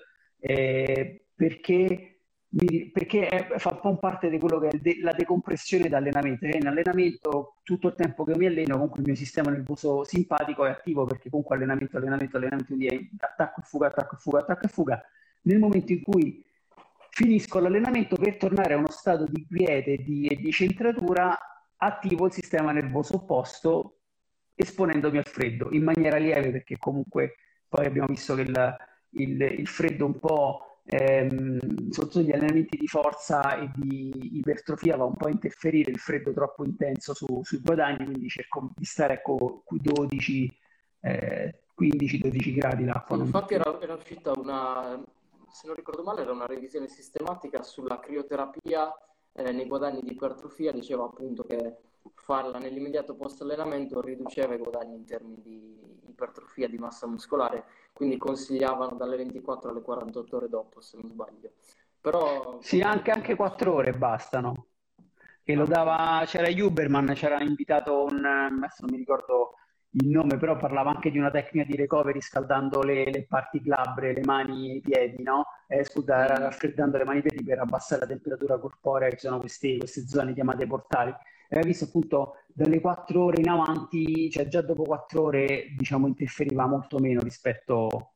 perché fa un po' parte di quello che è la decompressione da allenamento. In allenamento, tutto il tempo che mi alleno, comunque il mio sistema nervoso simpatico è attivo perché comunque allenamento di attacco e fuga, attacco e fuga, attacco e fuga. Nel momento in cui finisco l'allenamento, per tornare a uno stato di quiete e di centratura, attivo il sistema nervoso opposto esponendomi al freddo in maniera lieve, perché comunque poi abbiamo visto che il freddo un po' soprattutto gli allenamenti di forza e di ipertrofia va un po' a interferire il freddo troppo intenso sui guadagni, quindi cerco di stare ecco 12, 15-12 gradi l'acqua,
Sì,
non di
infatti
più.
era uscita se non ricordo male, era una revisione sistematica sulla crioterapia nei guadagni di ipertrofia, diceva appunto che farla nell'immediato post allenamento riduceva i guadagni in termini di ipertrofia di massa muscolare, quindi consigliavano dalle 24 alle 48 ore dopo, se non sbaglio. Però,
Sì,
come
anche,
dici
anche
tu,
4 ore bastano. Che lo
ok.
dava, c'era Huberman, c'era invitato adesso non mi ricordo il nome, però parlava anche di una tecnica di recovery scaldando le parti glabre, le mani e i piedi, no? Scusa,
Mm.
raffreddando le mani e i piedi per abbassare la temperatura corporea, che sono queste zone chiamate portali. E aveva visto appunto dalle 4 ore in avanti, cioè già dopo 4 ore, diciamo, interferiva molto meno rispetto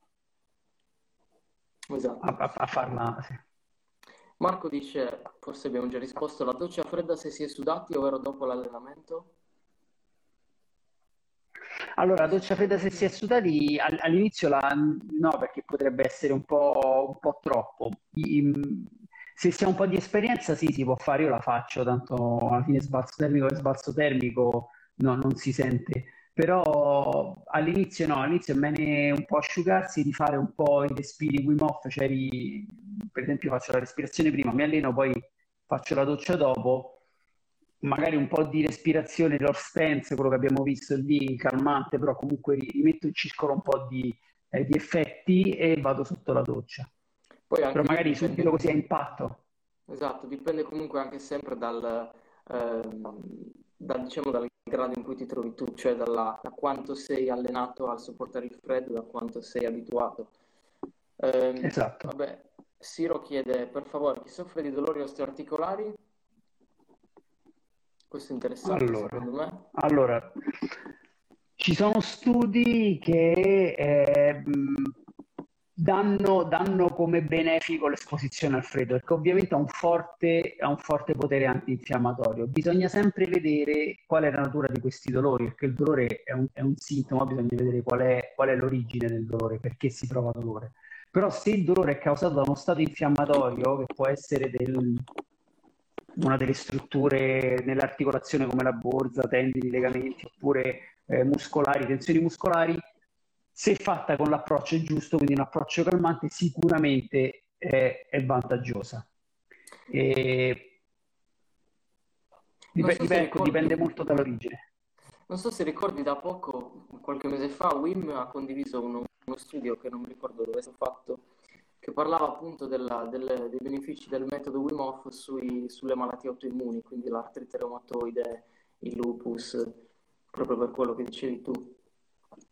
a,
Esatto.
a farla. Sì.
Marco dice, forse abbiamo già risposto, la doccia fredda se si è sudati, ovvero dopo l'allenamento?
Allora, la
Questo
doccia fredda se si è
sarebbe...
sudati all'inizio no, perché potrebbe essere un po' troppo. Se si ha un po' di esperienza, sì, si può fare, io la faccio, tanto alla fine sbalzo termico no, non si sente. Però all'inizio no, all'inizio è bene un po' asciugarsi, di fare un po' i respiri Wim Hof, cioè per esempio faccio la respirazione prima, mi alleno, poi faccio la doccia dopo, magari un po' di respirazione, l'horse stance, quello che abbiamo visto lì, calmante, però comunque rimetto in circolo un po' di effetti e vado sotto la doccia.
Poi
Però
anche lì
magari subito
dipende,
così a impatto.
esatto, dipende comunque anche sempre diciamo, dal grado in cui ti trovi tu, cioè da quanto sei allenato a sopportare il freddo, da quanto sei abituato.
Esatto.
Vabbè, Siro chiede, per favore, chi soffre di dolori osteoarticolari? Questo è interessante
Allora,
secondo me.
allora, ci sono studi che danno come benefico l'esposizione al freddo, perché ovviamente ha un forte potere antinfiammatorio. Bisogna sempre vedere qual è la natura di questi dolori, perché il dolore è un sintomo, bisogna vedere qual è l'origine del dolore, perché si prova dolore. Però se il dolore è causato da uno stato infiammatorio, che può essere una delle strutture nell'articolazione come la borsa, tendini, legamenti, oppure muscolari, tensioni muscolari, se fatta con l'approccio giusto, quindi un approccio calmante, sicuramente è vantaggiosa. E
Non so se
dipende
ricordi,
molto dall'origine.
non so se ricordi da poco, qualche mese fa, Wim ha condiviso uno studio che non mi ricordo dove è stato fatto, che parlava appunto dei benefici del metodo Wim Hof sulle malattie autoimmuni, quindi l'artrite reumatoide, il lupus, proprio per quello che dicevi tu.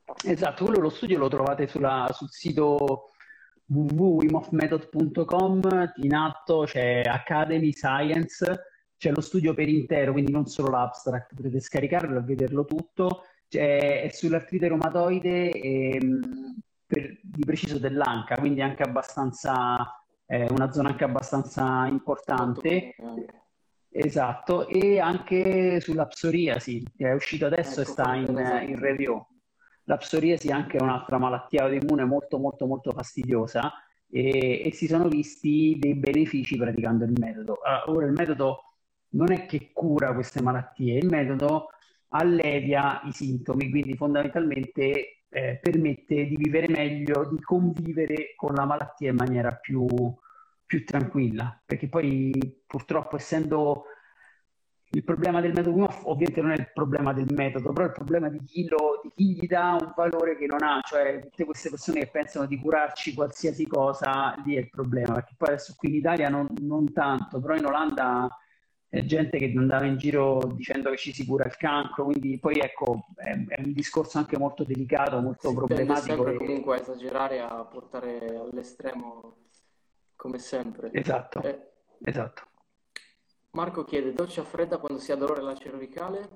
Esatto, quello lo studio lo trovate sul sito www.wimofmethod.com. In alto c'è Academy Science, c'è lo studio per intero, quindi non solo l'abstract, potete scaricarlo e vederlo tutto. È sull'artrite reumatoide di preciso dell'anca, quindi anche abbastanza, una zona anche abbastanza
Molto
importante.
comune anche.
Esatto, e anche sulla psoriasi, che è uscito adesso e
Ecco,
sta
quello
in
esatto.
review. La psoriasi è anche un'altra malattia autoimmune molto molto molto fastidiosa e si sono visti dei benefici praticando il metodo. Ora il metodo non è che cura queste malattie, il metodo allevia i sintomi, quindi fondamentalmente permette di vivere meglio, di convivere con la malattia in maniera più tranquilla, perché poi purtroppo essendo il problema del metodo 1 ovviamente non è il problema del metodo, però è il problema di chi gli dà un valore che non ha, cioè tutte queste persone che pensano di curarci qualsiasi cosa, lì è il problema, perché poi adesso qui in Italia non tanto, però in Olanda è gente che andava in giro dicendo che ci si cura il cancro, quindi poi ecco, è un discorso anche molto delicato, molto
Si tende
problematico
sempre
e
comunque a esagerare, a portare all'estremo, come sempre.
esatto,
Eh,
esatto.
Marco chiede, doccia fredda quando si ha dolore alla cervicale?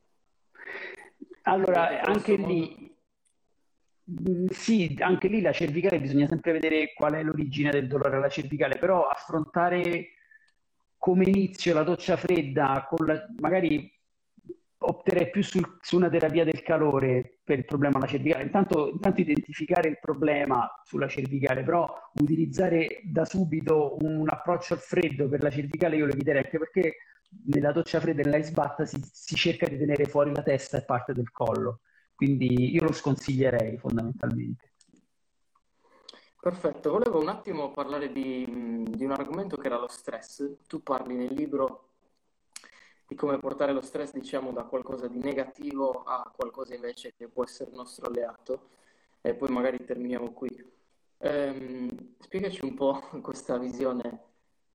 Perché
Allora,
grosso
anche
modo...
lì, sì, anche lì la cervicale bisogna sempre vedere qual è l'origine del dolore alla cervicale, però affrontare come inizio la doccia fredda, magari opterei più su una terapia del calore per il problema alla cervicale. Intanto identificare il problema sulla cervicale, però utilizzare da subito un approccio al freddo per la cervicale io lo eviterei, anche perché nella doccia fredda e nell'ice bath si cerca di tenere fuori la testa e parte del collo. Quindi io lo sconsiglierei fondamentalmente.
Perfetto, volevo un attimo parlare di un argomento che era lo stress. Tu parli nel libro di come portare lo stress, diciamo, da qualcosa di negativo a qualcosa invece che può essere il nostro alleato. E poi magari terminiamo qui. Spiegaci un po' questa visione,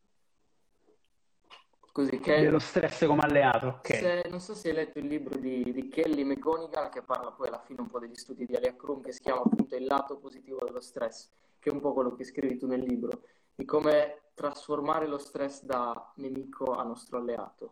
così
Dello
che
stress come alleato, ok.
non so se hai letto il libro di Kelly McGonigal che parla poi alla fine un po' degli studi di Alia Krum che si chiama appunto Il lato positivo dello stress, che è un po' quello che scrivi tu nel libro, di come trasformare lo stress da nemico a nostro alleato.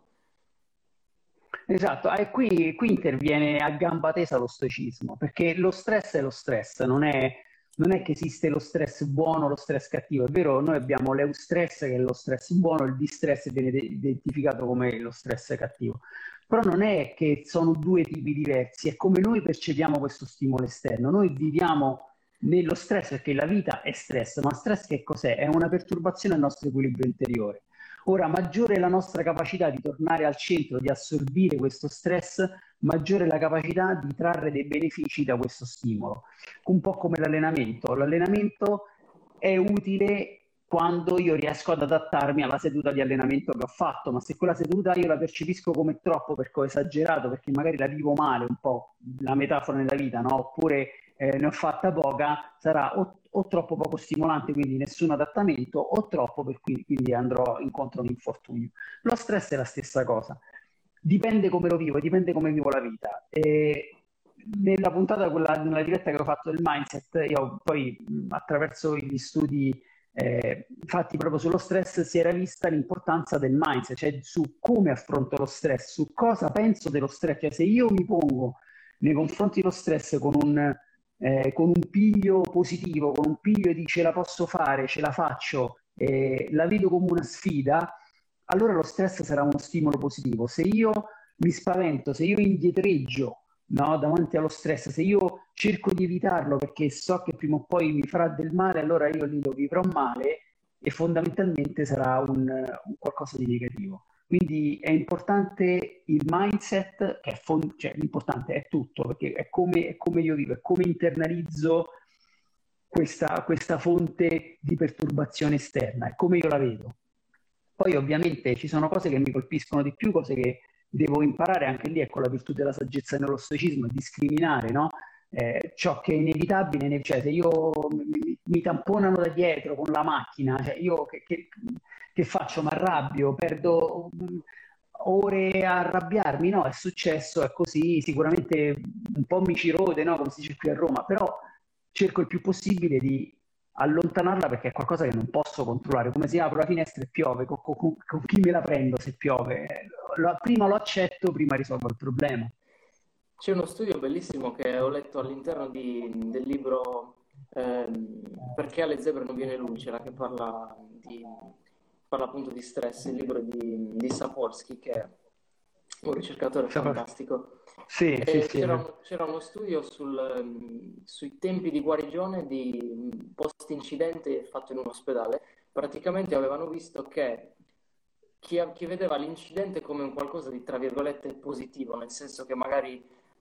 Esatto, e qui interviene a gamba tesa lo stoicismo, perché lo stress è lo stress, non è che esiste lo stress buono o lo stress cattivo, è vero, noi abbiamo l'eustress che è lo stress buono, il distress viene identificato come lo stress cattivo, però non è che sono due tipi diversi, è come noi percepiamo questo stimolo esterno, noi viviamo nello stress perché la vita è stress, ma stress che cos'è? È una perturbazione del nostro equilibrio interiore. Ora, maggiore è la nostra capacità di tornare al centro, di assorbire questo stress, maggiore è la capacità di trarre dei benefici da questo stimolo. Un po' come l'allenamento. L'allenamento è utile quando io riesco ad adattarmi alla seduta di allenamento che ho fatto, ma se quella seduta io la percepisco come troppo perché ho esagerato, perché magari la vivo male, un po' la metafora nella vita, no? Oppure ne ho fatta poca, sarà o troppo poco stimolante, quindi nessun adattamento, o troppo, per cui quindi andrò incontro a un infortunio. Lo stress è la stessa cosa, dipende come lo vivo, dipende come vivo la vita. Nella puntata, nella diretta che ho fatto del mindset, io poi attraverso gli studi fatti proprio sullo stress si era vista l'importanza del mindset, cioè su come affronto lo stress, su cosa penso dello stress, cioè se io mi pongo nei confronti dello stress con un piglio positivo, con un piglio di ce la posso fare, ce la faccio, la vedo come una sfida, allora lo stress sarà uno stimolo positivo. Se io mi spavento, se io indietreggio, no, davanti allo stress, se io cerco di evitarlo perché so che prima o poi mi farà del male, allora io lì lo vivrò male e fondamentalmente sarà un qualcosa di negativo. Quindi è importante il mindset, che cioè l'importante è tutto, perché è come io vivo, è come internalizzo questa fonte di perturbazione esterna, è come io la vedo. Poi ovviamente ci sono cose che mi colpiscono di più, cose che devo imparare, anche lì ecco la virtù della saggezza nello stoicismo, è discriminare, no? Ciò che è inevitabile, cioè se io mi tamponano da dietro con la macchina, cioè io che faccio? Mi arrabbio, perdo, ore a arrabbiarmi, no, è successo, è così, sicuramente un po' mi ci rode, no, come si dice qui a Roma, però cerco il più possibile di allontanarla perché è qualcosa che non posso controllare, come se apro la finestra e piove, con chi me la prendo se piove? Prima lo accetto, prima risolvo il problema.
C'è uno studio bellissimo che ho letto all'interno del libro Perché alle zebre non viene luce, là, che parla appunto di stress, il libro di Sapolsky, che è un ricercatore fantastico.
Sì, sì,
E
sì.
c'era uno studio sui tempi di guarigione di post-incidente fatto in un ospedale. Praticamente avevano visto che chi vedeva l'incidente come un qualcosa di, tra virgolette, positivo, nel senso che magari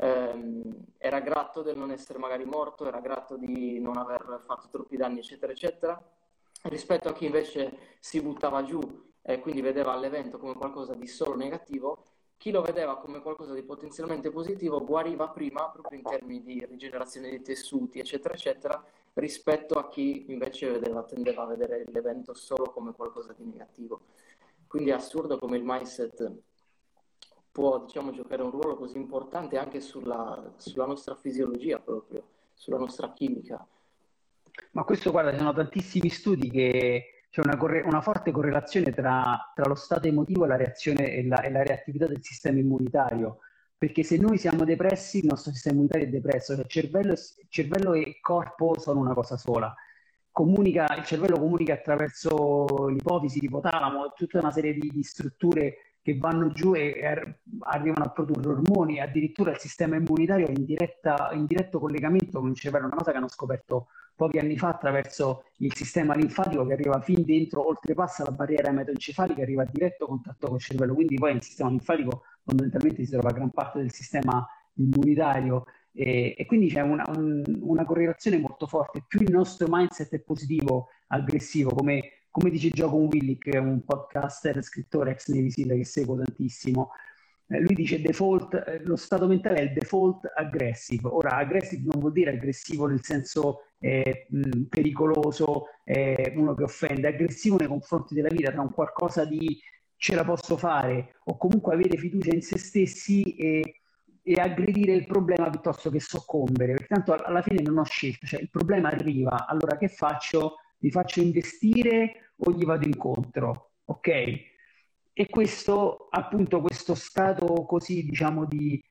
era gratto del non essere magari morto, era gratto di non aver fatto troppi danni, eccetera, eccetera, rispetto a chi invece si buttava giù e quindi vedeva l'evento come qualcosa di solo negativo. Chi lo vedeva come qualcosa di potenzialmente positivo guariva prima, proprio in termini di rigenerazione dei tessuti, eccetera, eccetera, rispetto a chi invece tendeva a vedere l'evento solo come qualcosa di negativo. Quindi è assurdo come il mindset può, diciamo, giocare un ruolo così importante anche sulla nostra fisiologia proprio, sulla nostra chimica.
Ma questo, guarda, ci sono tantissimi studi che c'è una forte correlazione tra lo stato emotivo e la reazione e la reattività del sistema immunitario. Perché se noi siamo depressi, il nostro sistema immunitario è depresso, cioè cervello e corpo sono una cosa sola. Il cervello comunica attraverso l'ipofisi, l'ipotalamo, tutta una serie di strutture che vanno giù e arrivano a produrre ormoni, addirittura il sistema immunitario è in diretto collegamento con il cervello, una cosa che hanno scoperto pochi anni fa attraverso il sistema linfatico che arriva fin dentro, oltrepassa la barriera ematoencefalica e arriva a diretto contatto con il cervello. Quindi poi nel sistema linfatico fondamentalmente si trova gran parte del sistema immunitario e quindi c'è una correlazione molto forte. Più il nostro mindset è positivo, aggressivo, come dice Jocko Willink, che è un podcaster, scrittore ex Navy Seal che seguo tantissimo, lui dice lo stato mentale è il default aggressive. Ora, aggressive non vuol dire aggressivo nel senso pericoloso, uno che offende, è aggressivo nei confronti della vita, tra un qualcosa di ce la posso fare o comunque avere fiducia in se stessi e aggredire il problema piuttosto che soccombere, perché tanto alla fine non ho scelta, cioè il problema arriva, allora che faccio? Mi faccio investire o gli vado incontro? Ok? E questo, appunto, questo stato così, diciamo,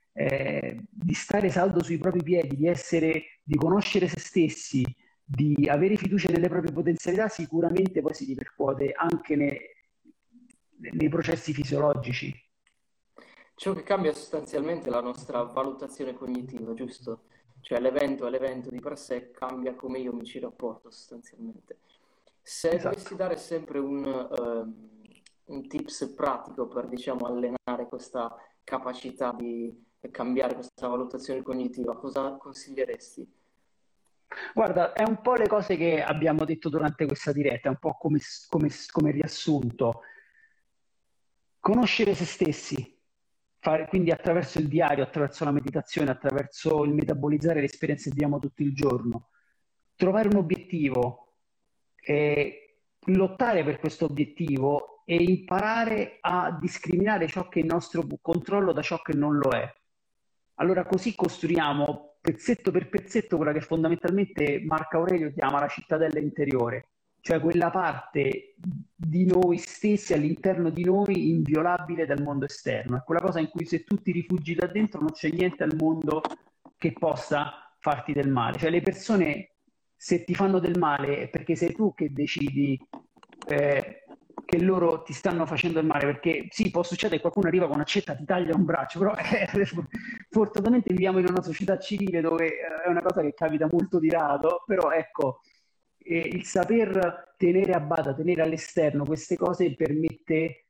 di stare saldo sui propri piedi, di conoscere se stessi, di avere fiducia nelle proprie potenzialità, sicuramente poi si ripercuote anche nei processi fisiologici.
Ciò che cambia sostanzialmente è la nostra valutazione cognitiva, giusto? Cioè l'evento è l'evento di per sé, cambia come io mi ci rapporto sostanzialmente. Se dovessi
Esatto.
dare sempre un tips pratico per, diciamo, allenare questa capacità di cambiare questa valutazione cognitiva, cosa consiglieresti?
Guarda, è un po' le cose che abbiamo detto durante questa diretta, è un po' come riassunto. Conoscere se stessi, quindi attraverso il diario, attraverso la meditazione, attraverso il metabolizzare le esperienze che viviamo tutto il giorno. Trovare un obiettivo, lottare per questo obiettivo e imparare a discriminare ciò che è il nostro controllo da ciò che non lo è. Allora così costruiamo pezzetto per pezzetto quella che fondamentalmente Marco Aurelio chiama la cittadella interiore, cioè quella parte di noi stessi all'interno di noi inviolabile dal mondo esterno. È quella cosa in cui se tu ti rifugi da dentro non c'è niente al mondo che possa farti del male. Cioè le persone se ti fanno del male è perché sei tu che decidi che loro ti stanno facendo del male, perché sì, può succedere che qualcuno arriva con un'accetta, ti taglia un braccio, però fortunatamente viviamo in una società civile dove è una cosa che capita molto di rado, però ecco, il saper tenere a bada, tenere all'esterno queste cose permette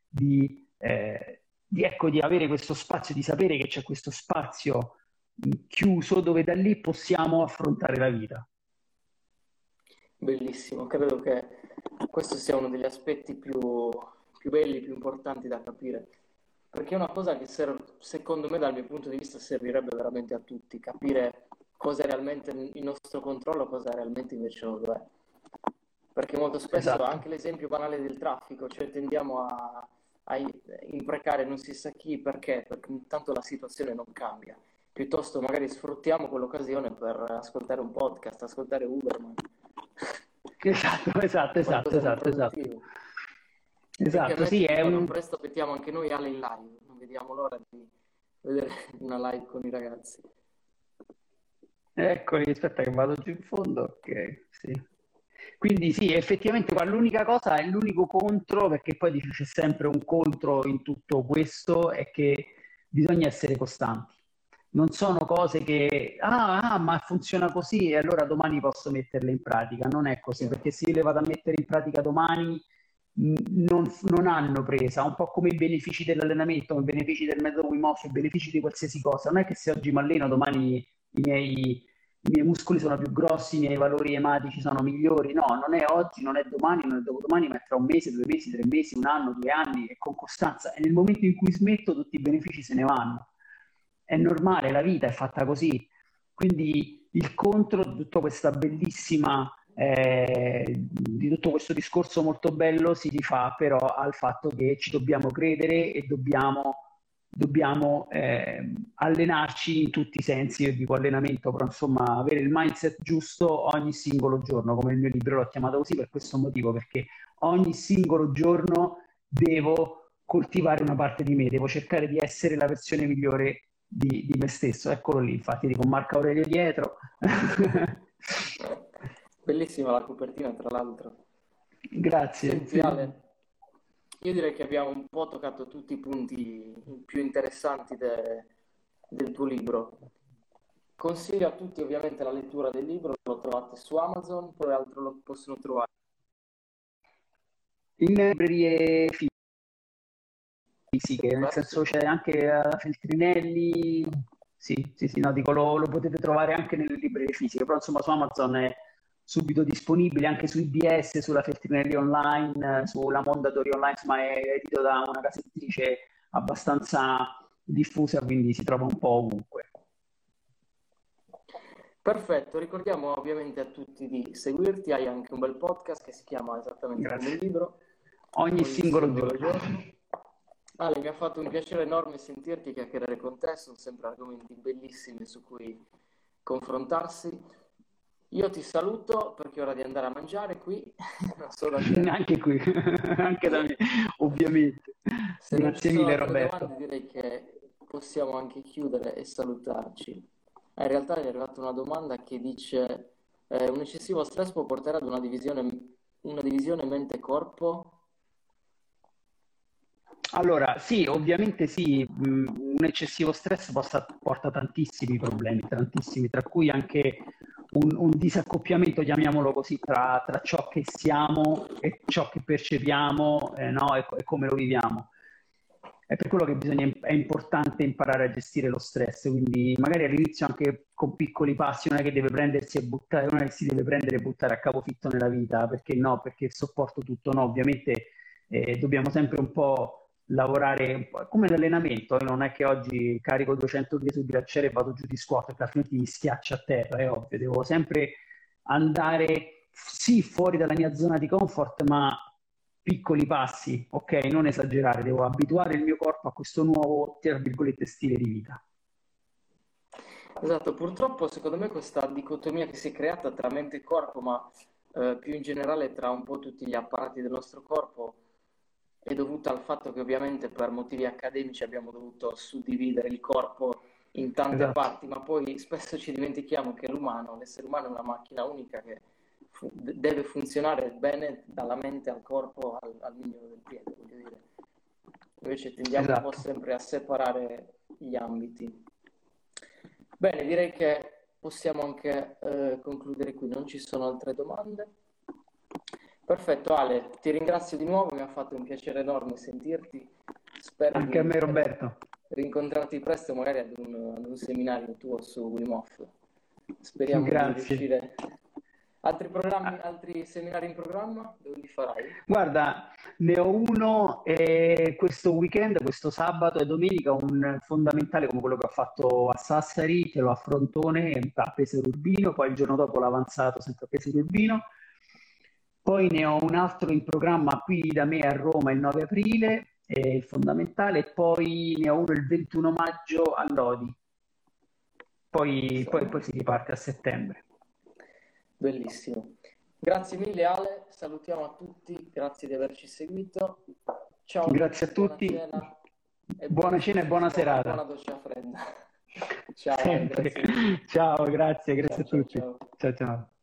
ecco, di avere questo spazio, di sapere che c'è questo spazio chiuso dove da lì possiamo affrontare la vita.
Bellissimo, credo che questo sia uno degli aspetti più belli, più importanti da capire, perché è una cosa che secondo me dal mio punto di vista servirebbe veramente a tutti, capire cosa è realmente il nostro controllo, cosa realmente invece non lo è. Perché molto spesso
Esatto.
anche l'esempio banale del traffico, cioè tendiamo a imprecare non si sa chi, perché intanto la situazione non cambia. Piuttosto magari sfruttiamo quell'occasione per ascoltare un podcast, ascoltare Uberman, qualcosa di
Esatto.
produttivo. E
Esatto, sì,
mettiti
è
che non
un...
presto aspettiamo anche noi Ale in live, non vediamo l'ora di vedere una live con i ragazzi.
Eccoli, aspetta che vado giù in fondo, ok, sì. Quindi sì, effettivamente qua l'unica cosa è l'unico contro, perché poi dice c'è sempre un contro in tutto questo, è che bisogna essere costanti. Non sono cose che, ma funziona così e allora domani posso metterle in pratica. Non è così,
Chiaro.
perché se io le vado a mettere in pratica domani, non hanno presa, un po' come i benefici dell'allenamento, come i benefici del metodo Wim Hof, i benefici di qualsiasi cosa. Non è che se oggi mi alleno, domani i miei muscoli sono più grossi, i miei valori ematici sono migliori. No, non è oggi, non è domani, non è dopodomani, ma è tra un mese, 2 mesi, 3 mesi, un anno, 2 anni e con costanza. E nel momento in cui smetto, tutti i benefici se ne vanno. È normale, la vita è fatta così. Quindi il contro di tutta questa bellissima, di tutto questo discorso molto bello si rifà però al fatto che ci dobbiamo credere e dobbiamo allenarci in tutti i sensi. Io dico allenamento, però insomma avere il mindset giusto ogni singolo giorno, come il mio libro l'ho chiamato così per questo motivo, perché ogni singolo giorno devo coltivare una parte di me, devo cercare di essere la versione migliore di me stesso. Eccolo lì, infatti, con Marco Aurelio dietro.
Bellissima la copertina, tra l'altro.
Grazie.
Senti
Sì.
Ale, io direi che abbiamo un po' toccato tutti i punti più interessanti del tuo libro. Consiglio a tutti ovviamente la lettura del libro, lo trovate su Amazon, poi altro lo possono trovare.
In librerie fisiche, nel senso
Perfetto.
c'è anche a Feltrinelli, sì, no, dico lo potete trovare anche nelle librerie fisiche, però insomma su Amazon è subito disponibile, anche su IBS, sulla Feltrinelli online, sulla Mondadori online, ma è edito da una casa editrice abbastanza diffusa, quindi si trova un po' ovunque.
Perfetto, ricordiamo ovviamente a tutti di seguirti, hai anche un bel podcast che si chiama esattamente come il
Grazie.
libro,
Ogni
ogni
singolo
singolo
giorno.
giorno. Ale, mi ha fatto un piacere enorme sentirti chiacchierare con te, sono sempre argomenti bellissimi su cui confrontarsi. Io ti saluto perché è ora di andare a mangiare qui, non so da te.
Anche qui, anche da me, ovviamente.
Se non ci
Grazie
sono
mille
altre domande
Roberto.
direi che possiamo anche chiudere e salutarci. In realtà è arrivata una domanda che dice un eccessivo stress può portare ad una divisione mente-corpo?
Allora, sì, ovviamente sì, un eccessivo stress porta tantissimi problemi, tantissimi, tra cui anche un disaccoppiamento, chiamiamolo così, tra ciò che siamo e ciò che percepiamo, no, e come lo viviamo. È per quello che è importante imparare a gestire lo stress, quindi magari all'inizio anche con piccoli passi, non è che deve prendersi e buttare, non è che si deve prendere e buttare a capofitto nella vita, perché no, perché sopporto tutto, no, ovviamente dobbiamo sempre un po' lavorare come l'allenamento. Non è che oggi carico 200 kg sul bracciere e vado giù di squat perché altrimenti mi schiaccia a terra, è ovvio, devo sempre andare sì fuori dalla mia zona di comfort, ma piccoli passi, ok? Non esagerare, devo abituare il mio corpo a questo nuovo, tra virgolette, stile di vita.
Esatto, purtroppo secondo me questa dicotomia che si è creata tra mente e corpo, ma più in generale tra un po' tutti gli apparati del nostro corpo, è dovuta al fatto che ovviamente per motivi accademici abbiamo dovuto suddividere il corpo in tante
Esatto,
parti, ma poi spesso ci dimentichiamo che l'essere umano è una macchina unica che deve funzionare bene dalla mente al corpo al mignolo del piede, voglio dire. Invece tendiamo un po'
esatto.
sempre a separare gli ambiti. Bene, direi che possiamo anche concludere qui, non ci sono altre domande. Perfetto, Ale, ti ringrazio di nuovo, mi ha fatto un piacere enorme sentirti. Spero
Anche a
di
me, Roberto.
rincontrarti presto, magari ad un seminario tuo su Wim Hof. Speriamo di
Grazie.
riuscire. Altri programmi, altri seminari in programma? Dove li farai?
Guarda, ne ho uno questo weekend, questo sabato e domenica, un fondamentale come quello che ho fatto a Sassari, che lo a Frontone a Pesaro Urbino, poi il giorno dopo l'avanzato sempre a Pesaro Urbino. Poi ne ho un altro in programma qui da me a Roma il 9 aprile è il fondamentale, e poi ne ho uno il 21 maggio a Lodi, poi si riparte a settembre.
Bellissimo. Grazie mille Ale, salutiamo a tutti, grazie di averci seguito. Ciao,
Grazie a tutti, buona cena e buona serata.
Buona doccia fredda. Ciao,
Sempre.
grazie.
Ciao, grazie a
Ciao,
tutti.
ciao.
Ciao, ciao.